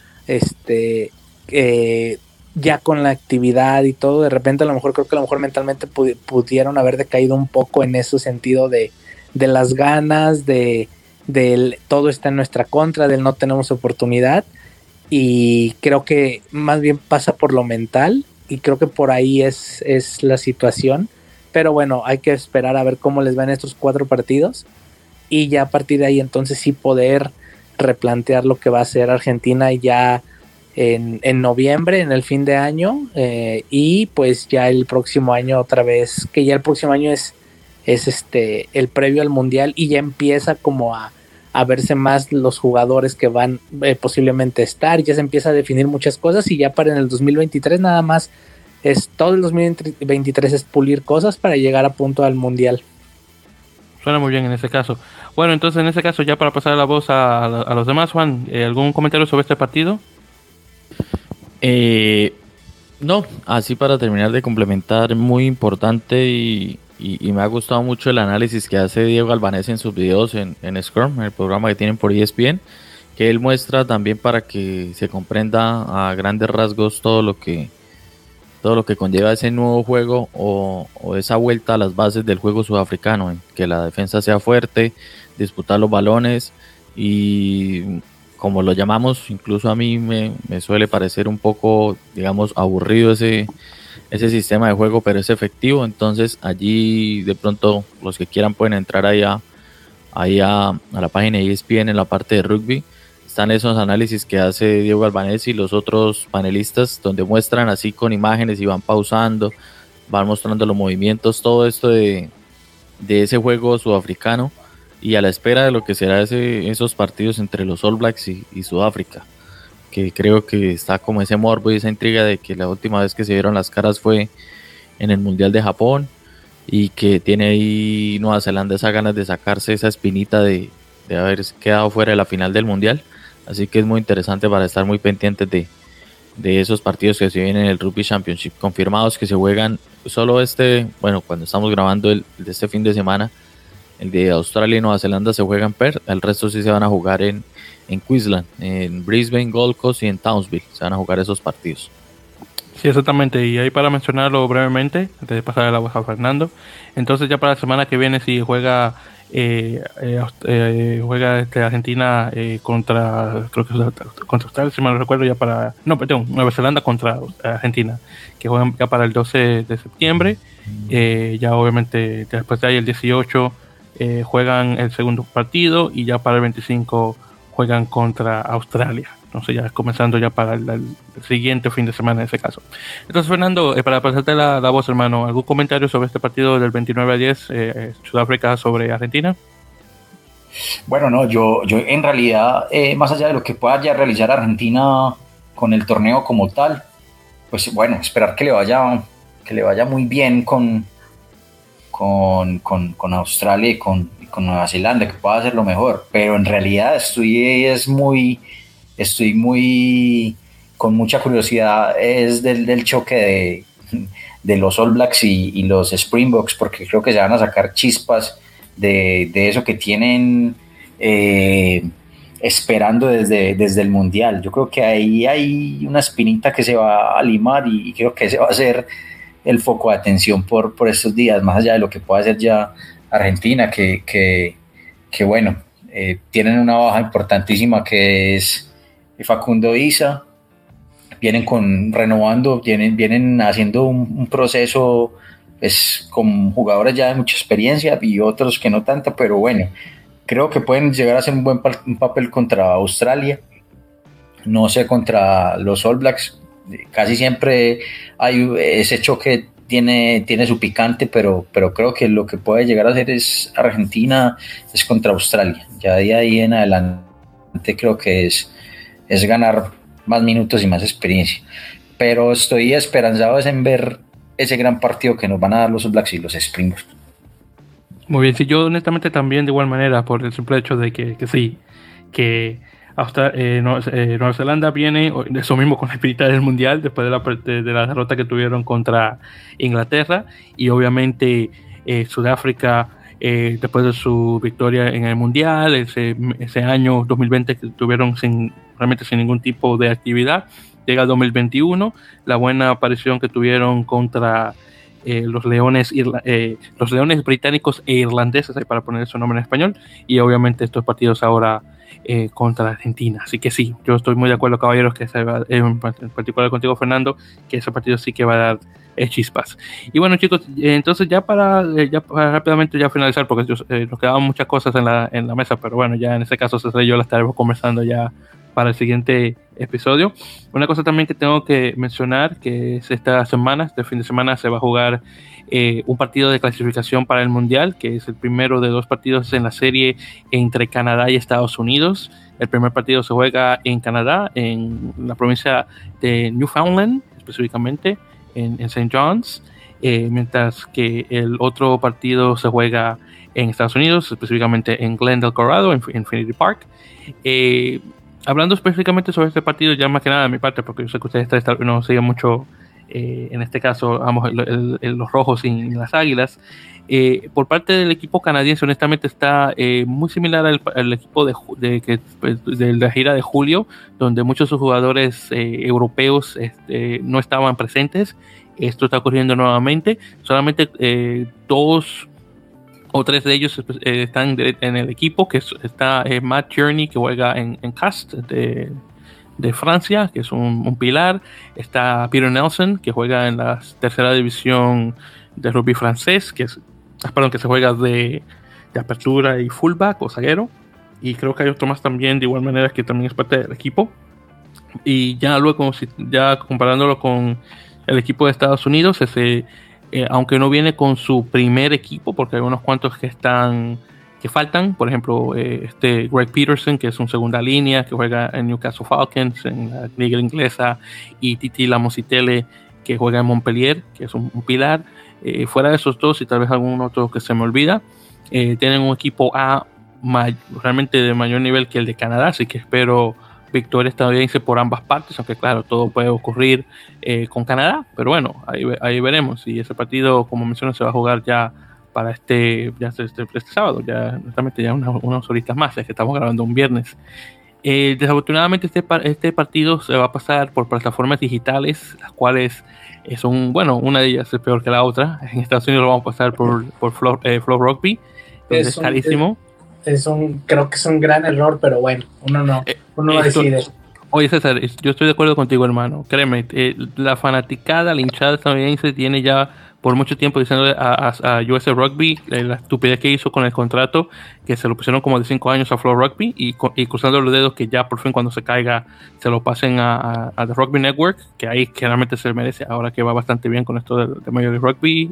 ya con la actividad y todo, de repente creo que a lo mejor mentalmente pudieron haber decaído un poco en ese sentido de las ganas, del todo está en nuestra contra, del no tenemos oportunidad, y creo que más bien pasa por lo mental, y creo que por ahí es la situación. Pero bueno, hay que esperar a ver cómo les van estos 4 partidos, y ya a partir de ahí entonces sí poder replantear lo que va a ser Argentina ya en noviembre, en el fin de año, y pues ya el próximo año otra vez, que ya el próximo año es el previo al Mundial, y ya empieza como a a verse más los jugadores que van posiblemente estar, ya se empieza a definir muchas cosas y ya para en el 2023 nada más es todo el 2023 es pulir cosas para llegar a punto al mundial. Suena muy bien en ese caso. Bueno, entonces en ese caso ya para pasar la voz a los demás, Juan, ¿algún comentario sobre este partido? No, así para terminar de complementar, muy importante y me ha gustado mucho el análisis que hace Diego Albanese en sus videos en Scrum, en el programa que tienen por ESPN, que él muestra también para que se comprenda a grandes rasgos todo lo que conlleva ese nuevo juego o esa vuelta a las bases del juego sudafricano, en que la defensa sea fuerte, disputar los balones y, como lo llamamos, incluso a mí me suele parecer un poco, digamos, aburrido ese sistema de juego, pero es efectivo. Entonces allí de pronto los que quieran pueden entrar ahí a la página de ESPN en la parte de rugby. Están esos análisis que hace Diego Albanese y los otros panelistas, donde muestran así con imágenes y van pausando, van mostrando los movimientos, todo esto de ese juego sudafricano, y a la espera de lo que será esos partidos entre los All Blacks y Sudáfrica, que creo que está como ese morbo y esa intriga de que la última vez que se vieron las caras fue en el Mundial de Japón, y que tiene ahí Nueva Zelanda esas ganas de sacarse esa espinita de haber quedado fuera de la final del Mundial. Así que es muy interesante para estar muy pendientes de esos partidos que se vienen en el Rugby Championship, confirmados que se juegan solo cuando estamos grabando el de este fin de semana, el de Australia y Nueva Zelanda se juega en Perth, el resto sí se van a jugar en Queensland, en Brisbane, Gold Coast y en Townsville, se van a jugar esos partidos. Sí, exactamente, y ahí para mencionarlo brevemente, antes de pasar la voz a Fernando, entonces ya para la semana que viene si juega Argentina contra Australia, si mal no recuerdo, Nueva Zelanda contra Argentina, que juegan ya para el 12 de septiembre, ya obviamente después de ahí el 18 juegan el segundo partido y ya para el 25 juegan contra Australia. Entonces ya comenzando ya para el siguiente fin de semana en ese caso. Entonces, Fernando, para pasarte la voz, hermano, ¿algún comentario sobre este partido del 29 a 10 Sudáfrica sobre Argentina? Bueno, no, yo en realidad, más allá de lo que pueda ya realizar Argentina con el torneo como tal, pues bueno, esperar que le vaya muy bien con Australia y con Nueva Zelanda, que pueda hacer lo mejor, pero en realidad estoy muy con mucha curiosidad del choque de los All Blacks y los Springboks, porque creo que se van a sacar chispas de eso que tienen esperando desde el Mundial. Yo creo que ahí hay una espinita que se va a limar y creo que ese va a ser el foco de atención por estos días, más allá de lo que pueda hacer ya Argentina, que bueno, tienen una baja importantísima que es Facundo Isa. Vienen haciendo un proceso pues, con jugadores ya de mucha experiencia y otros que no tanto, pero bueno, creo que pueden llegar a hacer un papel contra Australia, no sé, contra los All Blacks. Casi siempre hay ese choque, tiene su picante, pero creo que lo que puede llegar a hacer es Argentina es contra Australia. Ya de ahí en adelante creo que es ganar más minutos y más experiencia, pero estoy esperanzado en ver ese gran partido que nos van a dar los All Blacks y los Springboks. Muy bien, sí, yo honestamente también de igual manera, por el simple hecho de que sí, que Nueva Zelanda viene eso mismo con la espinita del Mundial después de la derrota que tuvieron contra Inglaterra, y obviamente Sudáfrica después de su victoria en el Mundial, ese año 2020 que tuvieron realmente sin ningún tipo de actividad, llega el 2021, la buena aparición que tuvieron contra los leones británicos e irlandeses, para poner su nombre en español, y obviamente estos partidos ahora contra Argentina. Así que sí, yo estoy muy de acuerdo, caballeros, que en particular contigo, Fernando, que ese partido sí que va a dar chispas. Y bueno, chicos, entonces ya para rápidamente ya finalizar, porque nos quedaban muchas cosas en la mesa, pero bueno, ya en ese caso César y yo las estaremos conversando ya para el siguiente episodio. Una cosa también que tengo que mencionar, que es este fin de semana se va a jugar un partido de clasificación para el Mundial, que es el primero de 2 partidos en la serie entre Canadá y Estados Unidos. El primer partido se juega en Canadá, en la provincia de Newfoundland, específicamente en St. John's, mientras que el otro partido se juega en Estados Unidos, específicamente en Glendale, Colorado, en Infinity Park. Hablando específicamente sobre este partido, ya más que nada de mi parte, porque yo sé que ustedes no siguen mucho, en este caso, vamos, los rojos y las águilas. Por parte del equipo canadiense, honestamente, está muy similar al equipo de la gira de julio, donde muchos de sus jugadores europeos no estaban presentes. Esto está ocurriendo nuevamente. Solamente 2 o 3 de ellos están en el equipo, que está Matt Tierney, que juega en Cast de Francia, que es un pilar. Está Peter Nelson, que juega en la tercera división de rugby francés, que se juega de apertura y fullback o zaguero. Y creo que hay otro más también, de igual manera, que también es parte del equipo. Y ya luego, ya comparándolo con el equipo de Estados Unidos, aunque no viene con su primer equipo, porque hay unos cuantos que faltan, por ejemplo, Greg Peterson, que es un segunda línea, que juega en Newcastle Falcons, en la liga inglesa, y Titi Lamositele, que juega en Montpellier, que es un pilar. Fuera de esos 2, y tal vez algún otro que se me olvida, tienen un equipo A realmente de mayor nivel que el de Canadá, así que espero victoria estadounidense por ambas partes, aunque claro, todo puede ocurrir con Canadá, pero bueno, ahí veremos. Y ese partido, como mencioné, se va a jugar ya para este sábado, ya honestamente ya unas horitas más, es que estamos grabando un viernes. Desafortunadamente este partido se va a pasar por plataformas digitales, las cuales son, bueno, una de ellas es peor que la otra. En Estados Unidos lo vamos a pasar por Flow Rugby, es carísimo. Creo que es un gran error, pero bueno, uno no decide. Oye, César, yo estoy de acuerdo contigo, hermano. Créeme, la fanaticada, la hinchada estadounidense tiene ya por mucho tiempo diciendo a US Rugby la estupidez que hizo con el contrato, que se lo pusieron como de 5 años a Flow Rugby, y cruzando los dedos que ya por fin cuando se caiga se lo pasen a The Rugby Network, que ahí generalmente se merece, ahora que va bastante bien con esto de Major League Rugby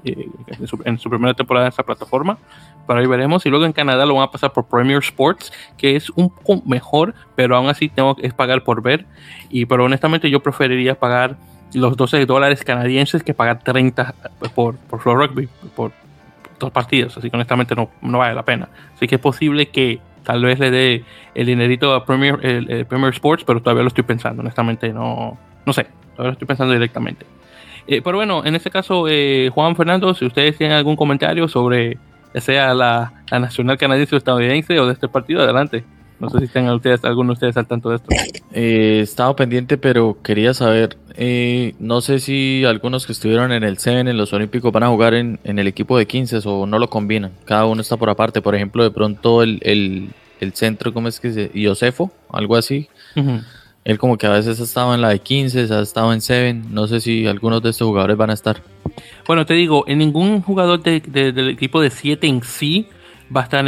en su primera temporada en esa plataforma. Pero ahí veremos. Y luego en Canadá lo van a pasar por Premier Sports, que es un poco mejor, pero aún así tengo que pagar por ver. Pero honestamente yo preferiría pagar los $12 canadienses que pagar 30 por Flow Rugby, por 2 partidos. Así que honestamente no vale la pena. Así que es posible que tal vez le dé el dinerito a Premier Sports, pero todavía lo estoy pensando. Honestamente no sé, todavía lo estoy pensando directamente. Pero bueno, en este caso, Juan, Fernando, si ustedes tienen algún comentario sobre ya sea la nacional canadiense o estadounidense o de este partido, adelante. No sé si están algunos de ustedes al tanto de esto. Estaba pendiente, pero quería saber, no sé si algunos que estuvieron en el 7, en los Olímpicos, van a jugar en el equipo de 15 o no lo combinan. Cada uno está por aparte. Por ejemplo, de pronto el centro, ¿cómo es que se llama? Yosefo, algo así. Uh-huh. Él como que a veces ha estado en la de 15, ha estado en 7. No sé si algunos de estos jugadores van a estar. Bueno, te digo, en ningún jugador del equipo de 7 en sí va a estar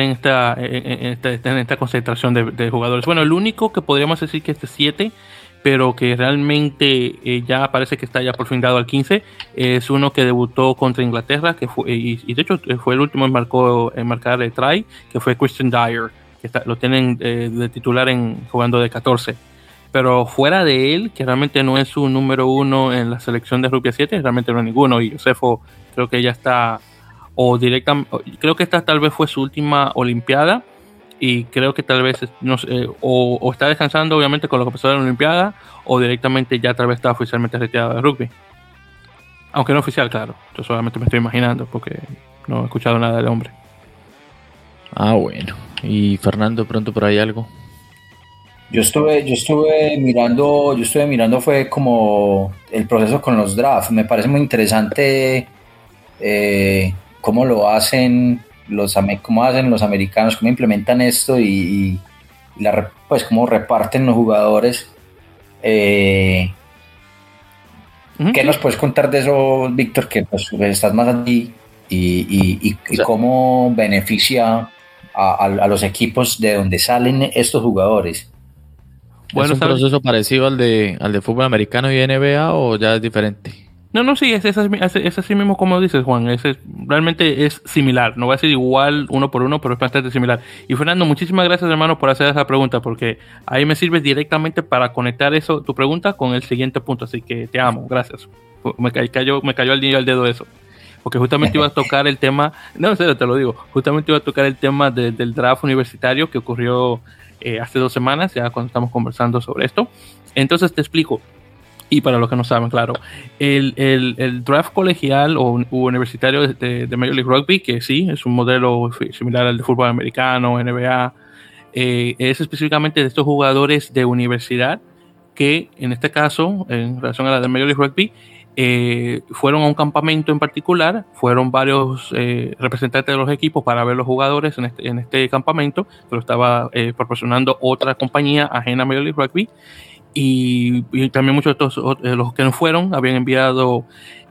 en esta concentración de jugadores. Bueno, el único que podríamos decir que es de 7, pero que realmente ya parece que está ya por fin dado al 15, es uno que debutó contra Inglaterra, que fue, y de hecho fue el último en marcar el try, que fue Christian Dyer, que lo tienen de titular jugando de 14. Pero fuera de él, que realmente no es un número 1 en la selección de rugby 7, realmente no hay ninguno. Y Josefo creo que ya está, creo que esta tal vez fue su última olimpiada, y creo que tal vez no sé, o está descansando obviamente con lo que pasó en la olimpiada, o directamente ya tal vez está oficialmente retirado de rugby. Aunque no oficial, claro. Yo solamente me estoy imaginando porque no he escuchado nada del hombre. Ah, bueno. Y Fernando, pronto por ahí algo. Yo estuve mirando fue como el proceso con los drafts. Me parece muy interesante cómo lo hacen cómo hacen los americanos, cómo implementan esto y pues cómo reparten los jugadores. ¿Qué nos puedes contar de eso, Víctor? Que pues estás más allí y cómo beneficia a los equipos de donde salen estos jugadores. Bueno, ¿es un proceso parecido al de fútbol americano y NBA o ya es diferente? No, sí, es así mismo como dices, Juan. Realmente es similar. No va a ser igual uno por uno, pero es bastante similar. Y Fernando, muchísimas gracias, hermano, por hacer esa pregunta, porque ahí me sirve directamente para conectar tu pregunta con el siguiente punto. Así que te amo, gracias. Me cayó al niño al dedo eso. Porque justamente iba a tocar el tema, no, en serio, te lo digo, justamente iba a tocar el tema del draft universitario que ocurrió hace 2 semanas, ya cuando estamos conversando sobre esto. Entonces te explico. Y para los que no saben, claro, el draft colegial o universitario de Major League Rugby, que sí, es un modelo similar al de fútbol americano, NBA, es específicamente de estos jugadores de universidad que, en este caso, en relación a la de Major League Rugby, fueron a un campamento en particular, fueron varios representantes de los equipos para ver los jugadores en este campamento, pero estaba proporcionando otra compañía ajena a Major League Rugby. Y también muchos de los que no fueron habían enviado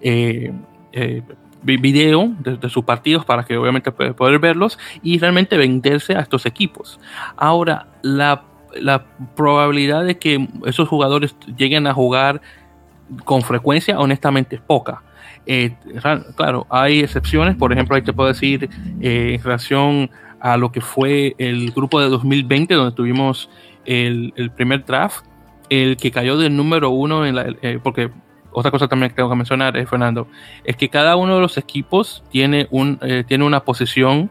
video de sus partidos para que obviamente poder verlos y realmente venderse a estos equipos. Ahora, la probabilidad de que esos jugadores lleguen a jugar con frecuencia, honestamente, es poca. Claro, hay excepciones. Por ejemplo, ahí te puedo decir en relación a lo que fue el grupo de 2020, donde tuvimos el primer draft, el que cayó del número 1 porque otra cosa también que tengo que mencionar, Fernando, es que cada uno de los equipos tiene una posición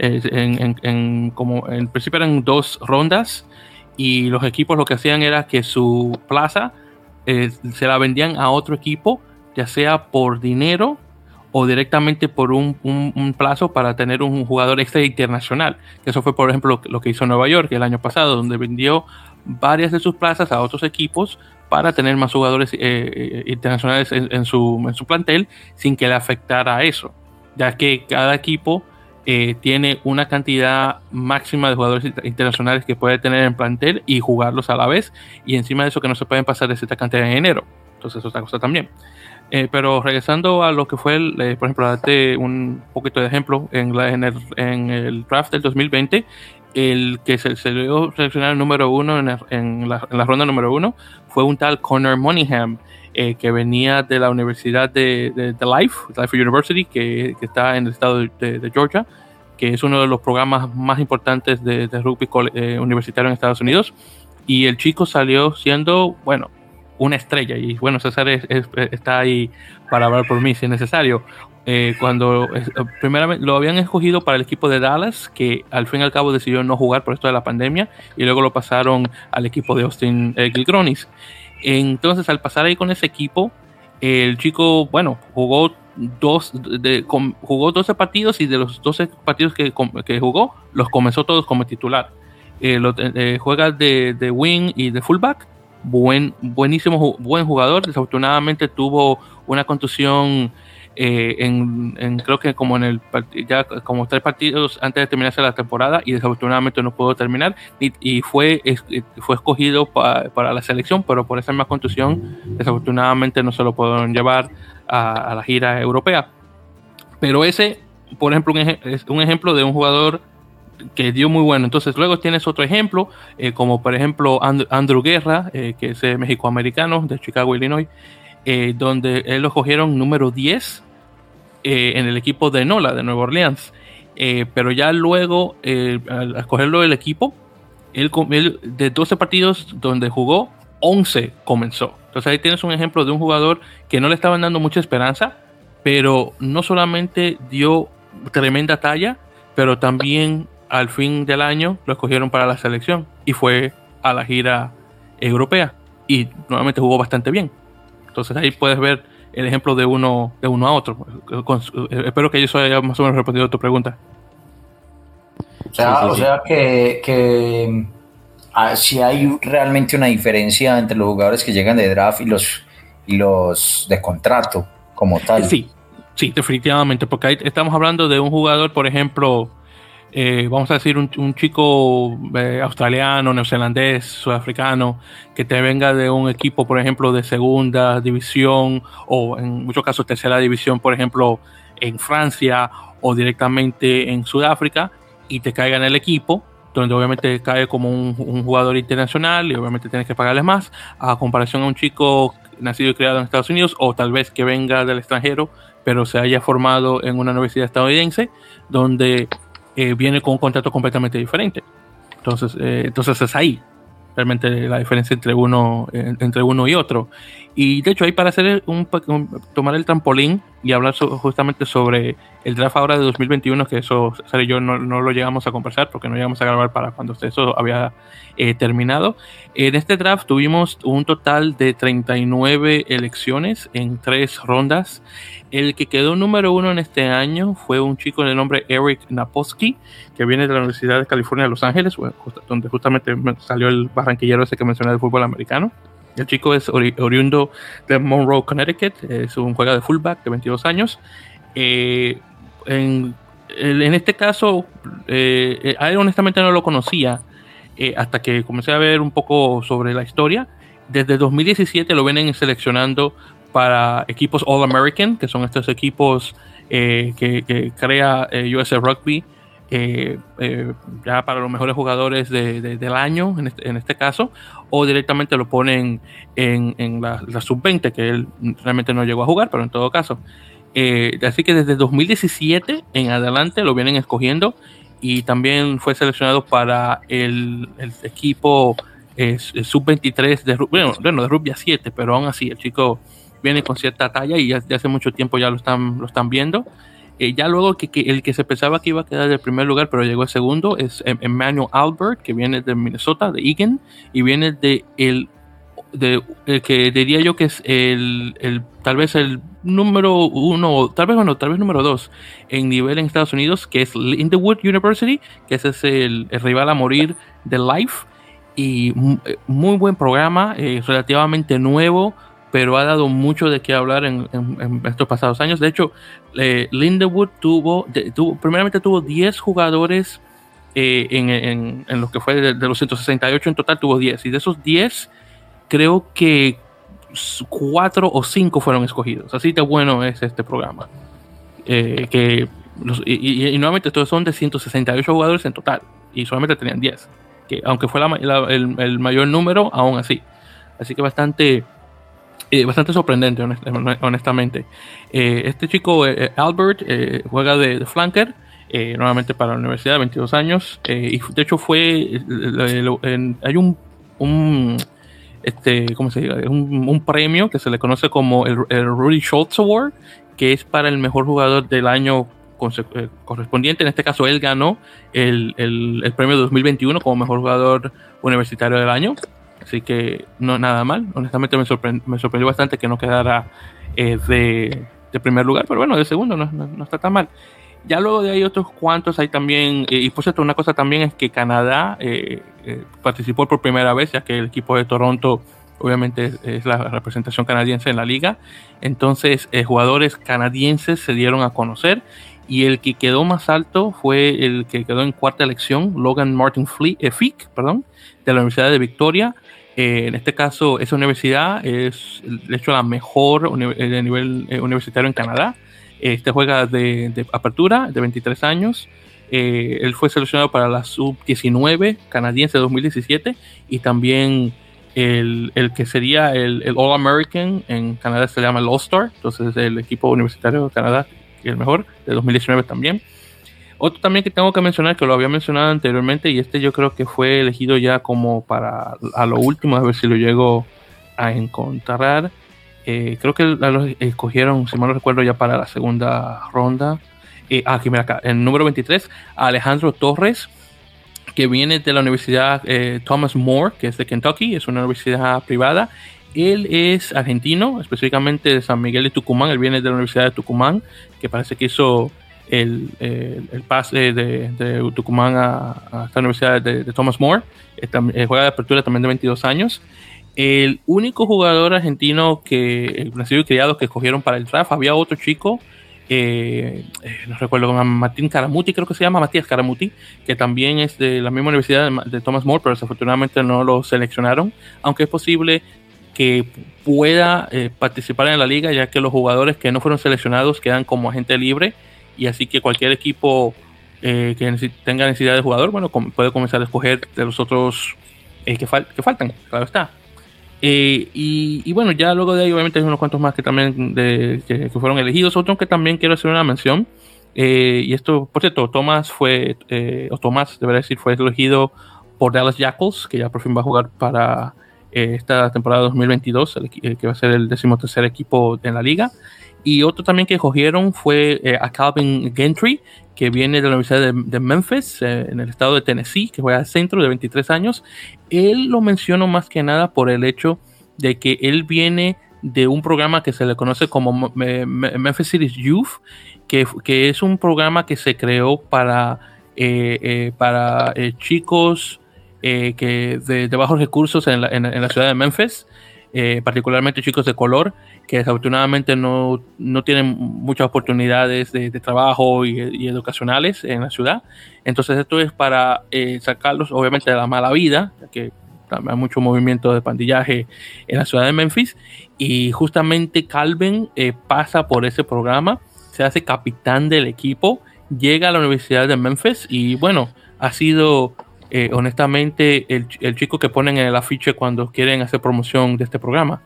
como en principio eran 2 rondas, y los equipos lo que hacían era que su plaza se la vendían a otro equipo, ya sea por dinero o directamente por un plazo para tener un jugador extra internacional. Eso fue, por ejemplo, lo que hizo Nueva York el año pasado, donde vendió varias de sus plazas a otros equipos para tener más jugadores internacionales en su plantel, sin que le afectara a eso, ya que cada equipo tiene una cantidad máxima de jugadores internacionales que puede tener en plantel y jugarlos a la vez, y encima de eso que no se pueden pasar de cierta cantidad en enero. Entonces otra cosa también. Pero regresando a lo que fue, por ejemplo, darte un poquito de ejemplo, en el draft del 2020, el que se dio seleccionar el número 1 en la ronda número 1 fue un tal Connor Monaghan, que venía de la Universidad de Life University, que está en el estado de Georgia, que es uno de los programas más importantes de rugby universitario en Estados Unidos. Y el chico salió siendo, bueno, una estrella. Y bueno, César está ahí para hablar por mí si es necesario. Cuando primeramente lo habían escogido para el equipo de Dallas, que al fin y al cabo decidió no jugar por esto de la pandemia, y luego lo pasaron al equipo de Austin Gilgronis. Entonces, al pasar ahí con ese equipo, el chico, bueno, jugó 12 partidos, y de los 12 partidos que jugó, los comenzó todos como titular. Juega de wing y de fullback. Buen jugador. Desafortunadamente tuvo una contusión creo que ya como 3 partidos antes de terminarse la temporada, y desafortunadamente no pudo terminar, y fue escogido para la selección, pero por esa misma contusión desafortunadamente no se lo pudieron llevar a la gira europea. Pero ese, por ejemplo, es un ejemplo de un jugador que dio muy bueno. Entonces luego tienes otro ejemplo, como por ejemplo Andrew Guerra, que es mexicoamericano de Chicago, Illinois, donde él lo cogieron número 10 en el equipo de NOLA de Nueva Orleans, pero ya luego al escogerlo el equipo, él de 12 partidos donde jugó, 11 comenzó. Entonces ahí tienes un ejemplo de un jugador que no le estaban dando mucha esperanza, pero no solamente dio tremenda talla, pero también al fin del año lo escogieron para la selección y fue a la gira europea y nuevamente jugó bastante bien. Entonces ahí puedes ver el ejemplo de uno a otro. Espero que eso haya más o menos respondido a tu pregunta. O sea que si hay realmente una diferencia entre los jugadores que llegan de draft y los de contrato como tal. Sí, definitivamente, porque ahí estamos hablando de un jugador, por ejemplo, vamos a decir un chico australiano, neozelandés, sudafricano, que te venga de un equipo, por ejemplo, de segunda división, o en muchos casos tercera división, por ejemplo, en Francia, o directamente en Sudáfrica, y te caiga en el equipo, donde obviamente cae como un jugador internacional y obviamente tienes que pagarles más, a comparación a un chico nacido y criado en Estados Unidos, o tal vez que venga del extranjero, pero se haya formado en una universidad estadounidense, donde viene con un contrato completamente diferente. Entonces es ahí realmente la diferencia entre uno y otro. Y de hecho, ahí para hacer tomar el trampolín y hablar justamente sobre el draft ahora de 2021, que eso César y yo no lo llegamos a conversar porque no llegamos a grabar para cuando eso había terminado. En este draft tuvimos un total de 39 elecciones en 3 rondas. El que quedó número 1 en este año fue un chico de nombre Eric Naposki, que viene de la Universidad de California de Los Ángeles, donde justamente salió el barranquillero ese que mencioné de fútbol americano. El chico es oriundo de Monroe, Connecticut, es un jugador de fullback de 22 años. En este caso, a él honestamente no lo conocía hasta que comencé a ver un poco sobre la historia. Desde 2017 lo vienen seleccionando para equipos All-American, que son estos equipos que crea USA Rugby, ya para los mejores jugadores del año, en este caso, o directamente lo ponen en la sub-20, que él realmente no llegó a jugar, pero en todo caso. Así que desde 2017 en adelante lo vienen escogiendo, y también fue seleccionado para el equipo sub-23 de rugby a 7, pero aún así el chico viene con cierta talla y ya hace mucho tiempo ya lo están viendo. Ya luego el que se pensaba que iba a quedar de primer lugar, pero llegó el segundo, es Emmanuel Albert, que viene de Minnesota, de Eagan, y viene de el que diría yo que es tal vez el número 1, tal vez número 2 en nivel en Estados Unidos, que es Lindenwood University, que ese es el rival a morir de Life, y muy buen programa, relativamente nuevo, pero ha dado mucho de qué hablar en estos pasados años. De hecho, Lindenwood primeramente tuvo 10 jugadores en lo que fue de los 168 en total, tuvo 10, y de esos 10 creo que 4 o 5 fueron escogidos. Así de bueno es este programa. Y nuevamente todos son de 168 jugadores en total, y solamente tenían 10, que aunque fue el mayor número, aún así. Así que bastante sorprendente, honestamente. Este chico, Albert, juega de flanker, nuevamente para la universidad, 22 años. Y de hecho hay ¿cómo se diga? Un premio que se le conoce como el Rudy Schultz Award, que es para el mejor jugador del año correspondiente. En este caso, él ganó el premio de 2021 como mejor jugador universitario del año. Así que no nada mal. Honestamente me sorprendió bastante que no quedara de primer lugar, pero bueno, de segundo no está tan mal. Ya luego de ahí otros cuantos hay también, y por cierto, una cosa también es que Canadá participó por primera vez, ya que el equipo de Toronto obviamente es la representación canadiense en la liga. Entonces jugadores canadienses se dieron a conocer, y el que quedó más alto fue el que quedó en cuarta elección, Logan Martin Fick, de la Universidad de Victoria. En este caso, esa universidad es, de hecho, la mejor de nivel universitario en Canadá. Este juega de apertura, de 23 años. Él fue seleccionado para la sub-19 canadiense de 2017, y también el que sería el All-American en Canadá se llama el All-Star, entonces el equipo universitario de Canadá, el mejor, de 2019 también. Otro también que tengo que mencionar, que lo había mencionado anteriormente, y yo creo que fue elegido ya como para a lo último, a ver si lo llego a encontrar. Creo que lo escogieron, si mal no recuerdo, ya para la segunda ronda. Aquí mira acá, el número 23, Alejandro Torres, que viene de la Universidad Thomas More, que es de Kentucky, es una universidad privada. Él es argentino, específicamente de San Miguel de Tucumán. Él viene de la Universidad de Tucumán, que parece que hizo el pase de Tucumán a esta universidad de Thomas More. Juega de apertura también de 22 años. El único jugador argentino que nacido y criado que escogieron para el draft, había otro chico, no recuerdo, Martín Caramuti, creo que se llama Matías Caramuti, que también es de la misma universidad de Thomas More, pero desafortunadamente no lo seleccionaron, aunque es posible que pueda participar en la liga, ya que los jugadores que no fueron seleccionados quedan como agente libre, y así que cualquier equipo que tenga necesidad de jugador, bueno, puede comenzar a escoger de los otros que faltan, claro está. Y bueno, ya luego de ahí obviamente hay unos cuantos más que también que fueron elegidos. Otro que también quiero hacer una mención, y esto, por cierto, Tomás debería decir, fue elegido por Dallas Jackals, que ya por fin va a jugar para esta temporada 2022, que va a ser el 13º equipo en la liga. Y otro también que cogieron fue a Calvin Gentry, que viene de la Universidad de Memphis, en el estado de Tennessee, que juega al centro, de 23 años. Él lo menciono más que nada por el hecho de que él viene de un programa que se le conoce como Memphis City Youth, que es un programa que se creó para chicos que de bajos recursos en la ciudad de Memphis, particularmente chicos de color, que desafortunadamente no tienen muchas oportunidades de trabajo y educacionales en la ciudad. Entonces esto es para sacarlos obviamente de la mala vida, ya que hay mucho movimiento de pandillaje en la ciudad de Memphis, y justamente Calvin pasa por ese programa, se hace capitán del equipo, llega a la Universidad de Memphis y bueno, ha sido honestamente el chico que ponen en el afiche cuando quieren hacer promoción de este programa.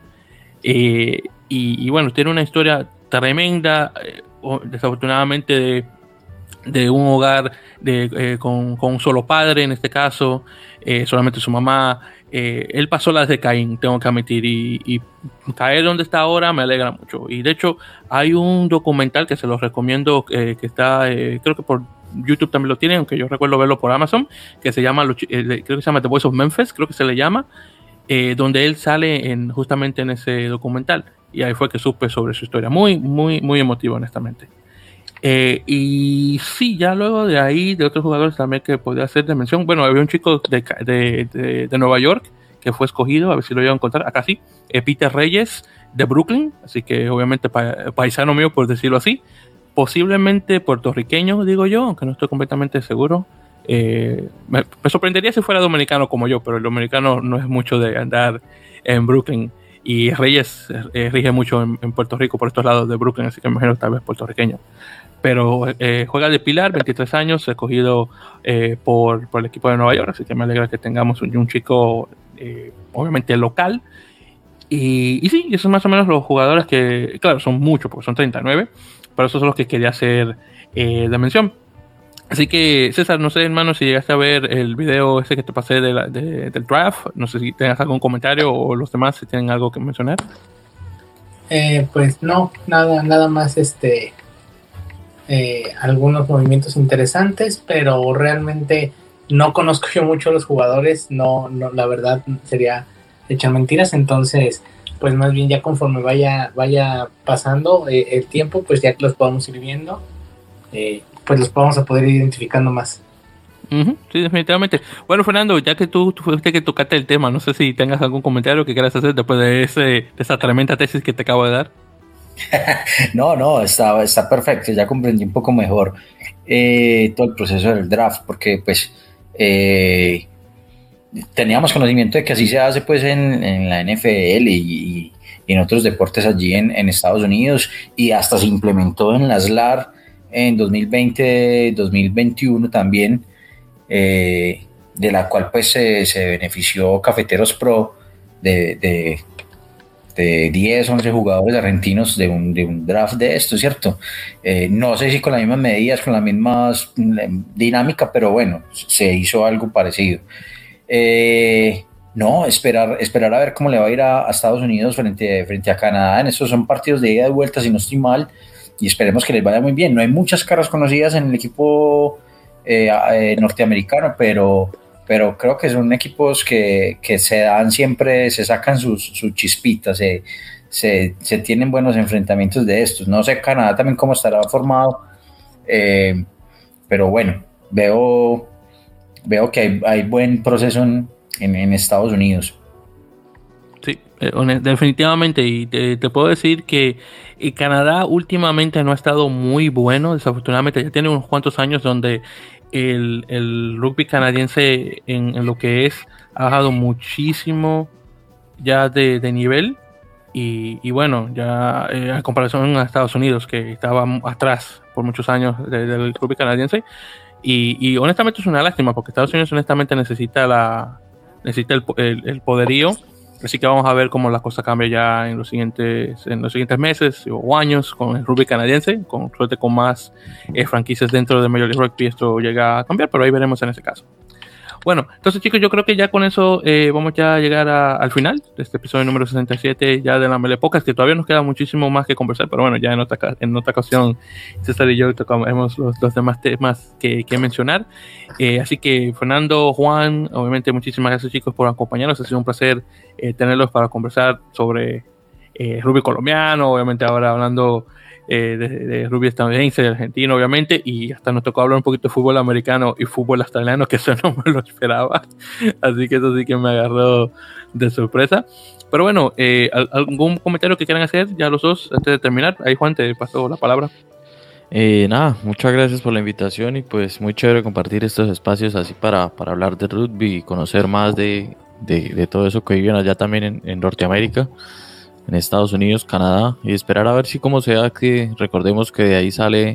Y bueno, tiene una historia tremenda, desafortunadamente de un hogar con un solo padre, en este caso, solamente su mamá. Él pasó las de Caín, tengo que admitir, y caer donde está ahora me alegra mucho. Y de hecho hay un documental que se los recomiendo, que está, creo que por YouTube también lo tienen, aunque yo recuerdo verlo por Amazon, que se llama, creo que se llama The Voice of Memphis, creo que se le llama, donde él sale justamente en ese documental, y ahí fue que supe sobre su historia. Muy, muy, muy emotivo, honestamente. Y sí, ya luego de ahí, de otros jugadores también que podría hacer de mención. Bueno, había un chico de Nueva York que fue escogido, a ver si lo iba a encontrar, acá sí, Peter Reyes de Brooklyn, así que obviamente paisano mío, por decirlo así, posiblemente puertorriqueño, digo yo, aunque no estoy completamente seguro. Me sorprendería si fuera dominicano como yo, pero el dominicano no es mucho de andar en Brooklyn, y Reyes rige mucho en Puerto Rico, por estos lados de Brooklyn, así que me imagino que tal vez puertorriqueño. Pero juega de pilar, 23 años, escogido por el equipo de Nueva York, así que me alegra que tengamos un chico obviamente local. Y sí, esos son más o menos los jugadores que, claro, son muchos, porque son 39, pero esos son los que quería hacer de mención. Así que, César, no sé, hermano, si llegaste a ver el video ese que te pasé del draft, no sé si tengas algún comentario, o los demás si tienen algo que mencionar. Pues no, nada más algunos movimientos interesantes, pero realmente no conozco yo mucho a los jugadores, no, la verdad sería echar mentiras, entonces pues más bien ya conforme vaya pasando el tiempo, pues ya que los podamos ir viendo, pues los vamos a poder ir identificando más. Sí, definitivamente. Bueno, Fernando, ya que tú fuiste que tocaste el tema, no sé si tengas algún comentario que quieras hacer después de esa tremenda tesis que te acabo de dar. No, está perfecto, ya comprendí un poco mejor todo el proceso del draft, porque pues teníamos conocimiento de que así se hace pues en la NFL y en otros deportes allí en Estados Unidos, y hasta se implementó en la SLAR en 2020-2021 también, de la cual pues se benefició Cafeteros Pro de 10, 11 jugadores argentinos de un draft de esto, ¿cierto? No sé si con las mismas medidas, con la misma dinámica, pero bueno, se hizo algo parecido. No, esperar a ver cómo le va a ir a Estados Unidos frente a Canadá. En estos son partidos de ida y vuelta, si no estoy mal, y esperemos que les vaya muy bien. No hay muchas caras conocidas en el equipo norteamericano, pero creo que son equipos que se dan siempre, se sacan sus chispitas, se tienen buenos enfrentamientos de estos. No sé Canadá también cómo estará formado, pero bueno, veo que hay buen proceso en Estados Unidos. Sí, definitivamente, y te puedo decir que Canadá últimamente no ha estado muy bueno, desafortunadamente. Ya tiene unos cuantos años donde el rugby canadiense en lo que ha bajado muchísimo ya de nivel, y bueno, ya en comparación a Estados Unidos, que estaba atrás por muchos años del rugby canadiense, y honestamente es una lástima, porque Estados Unidos honestamente necesita el poderío Así que vamos a ver cómo las cosas cambian ya en los siguientes meses o años con el rugby canadiense, con suerte con más franquicias dentro de Major League Rugby esto llega a cambiar, pero ahí veremos en ese caso. Bueno, entonces chicos, yo creo que ya con eso vamos ya a llegar al final de este episodio número 67 ya de la MLB Podcast, que todavía nos queda muchísimo más que conversar, pero bueno, ya en otra ocasión César y yo tocamos los demás temas que mencionar. Así que Fernando, Juan, obviamente muchísimas gracias chicos por acompañarnos, ha sido un placer tenerlos para conversar sobre rugby colombiano, obviamente ahora hablando de rugby estadounidense, de argentino obviamente, y hasta nos tocó hablar un poquito de fútbol americano y fútbol australiano, que eso no me lo esperaba, así que eso sí que me agarró de sorpresa. Pero bueno, ¿algún comentario que quieran hacer ya los dos antes de terminar? Ahí Juan, te paso la palabra. Nada, muchas gracias por la invitación y pues muy chévere compartir estos espacios así para hablar de rugby y conocer más de todo eso que viven allá también en Norteamérica, en Estados Unidos, Canadá, y esperar a ver si como sea, que recordemos que de ahí sale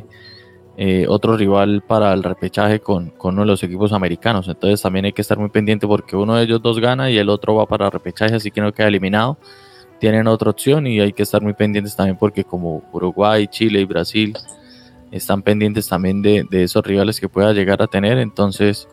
otro rival para el repechaje con uno de los equipos americanos. Entonces también hay que estar muy pendiente porque uno de ellos dos gana y el otro va para el repechaje, así que no queda eliminado. Tienen otra opción y hay que estar muy pendientes también porque como Uruguay, Chile y Brasil están pendientes también de esos rivales que pueda llegar a tener. Entonces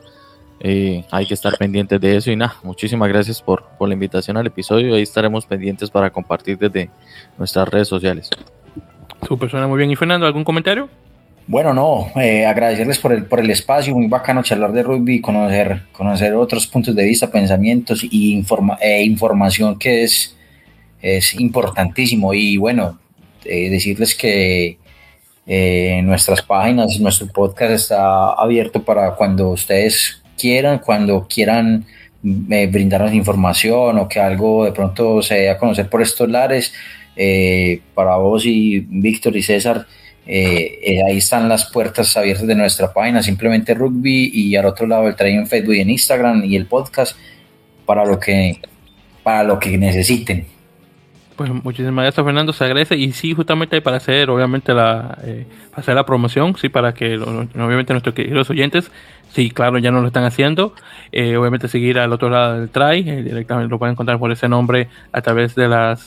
hay que estar pendientes de eso y nada, muchísimas gracias por la invitación al episodio. Ahí estaremos pendientes para compartir desde nuestras redes sociales. Súper, suena muy bien. ¿Y Fernando, algún comentario? Bueno, no, agradecerles por el espacio, muy bacano charlar de rugby, conocer otros puntos de vista, pensamientos y información que es importantísimo. Y bueno, decirles que nuestras páginas, nuestro podcast está abierto para cuando ustedes cuando quieran brindarnos información o que algo de pronto se dé a conocer por estos lares. Para vos y Víctor y César, ahí están las puertas abiertas de nuestra página, simplemente rugby, y al otro lado el try en Facebook y en Instagram y el podcast para lo que necesiten. Pues muchísimas gracias Fernando, se agradece. Y sí, justamente para hacer obviamente la promoción, sí, para que obviamente nuestros queridos oyentes, sí, claro, ya no lo están haciendo, obviamente seguir al otro lado del try, directamente lo pueden encontrar por ese nombre a través de las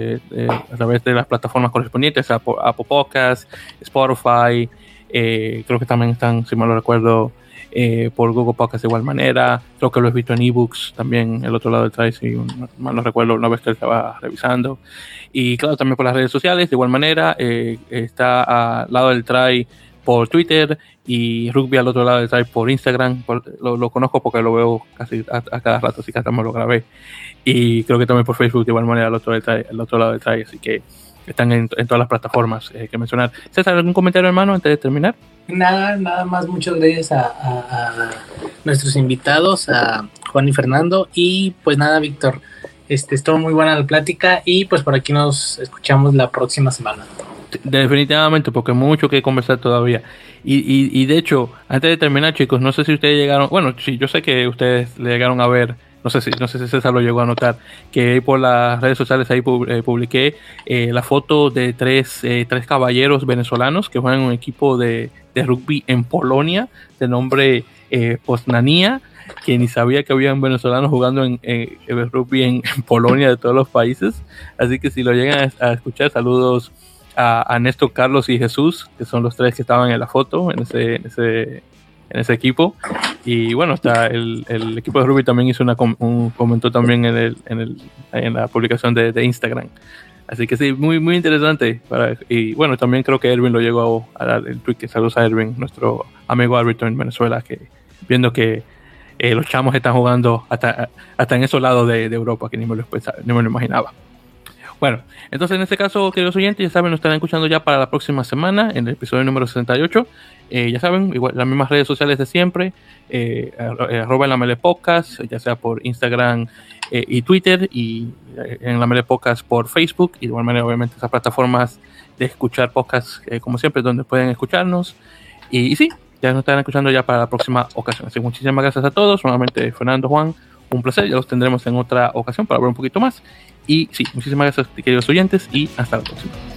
plataformas correspondientes, Apple Podcasts, Spotify, creo que también están, si mal lo recuerdo, por Google Podcast de igual manera. Creo que lo he visto en ebooks también, el otro lado del try, si mal no recuerdo, una vez que estaba revisando. Y claro, también por las redes sociales de igual manera. Está al lado del try por Twitter y rugby al otro lado del try por Instagram. Lo conozco porque lo veo casi a cada rato, así que hasta me lo grabé. Y creo que también por Facebook de igual manera al otro lado del try, así que están en todas las plataformas que mencionar. César, ¿algún comentario, hermano, antes de terminar? Nada más, muchas gracias a nuestros invitados, a Juan y Fernando, y pues nada, Víctor, estuvo muy buena la plática y pues por aquí nos escuchamos la próxima semana. Definitivamente, porque mucho que conversar todavía. Y de hecho, antes de terminar, chicos, no sé si ustedes llegaron, bueno, sí, yo sé que ustedes le llegaron a ver, no sé si César lo llegó a notar, que por las redes sociales ahí publiqué la foto de tres caballeros venezolanos que juegan en un equipo de rugby en Polonia, de nombre Poznania, que ni sabía que habían venezolanos jugando en rugby en Polonia, de todos los países. Así que si lo llegan a escuchar, saludos a Néstor, Carlos y Jesús, que son los tres que estaban en la foto, en ese equipo. Y bueno, está el equipo de rugby también hizo comentó también en la publicación de Instagram. Así que sí, muy muy interesante. Y bueno, también creo que Erwin lo llegó a dar el tweet, que saludos a Erwin, nuestro amigo árbitro en Venezuela, que viendo que los chamos están jugando hasta en esos lados de Europa, que ni me lo imaginaba. Bueno, entonces en este caso, queridos oyentes, ya saben, nos estarán escuchando ya para la próxima semana, en el episodio número 68. Ya saben, igual las mismas redes sociales de siempre, arroba en la MLB Podcast, ya sea por Instagram y Twitter, y en la MLB Podcast por Facebook, y de igual manera, obviamente, esas plataformas de escuchar podcasts, como siempre, donde pueden escucharnos. Y sí, ya nos estarán escuchando ya para la próxima ocasión. Así que muchísimas gracias a todos. Nuevamente, Fernando, Juan, un placer. Ya los tendremos en otra ocasión para hablar un poquito más. Y sí, muchísimas gracias, queridos oyentes, y hasta la próxima.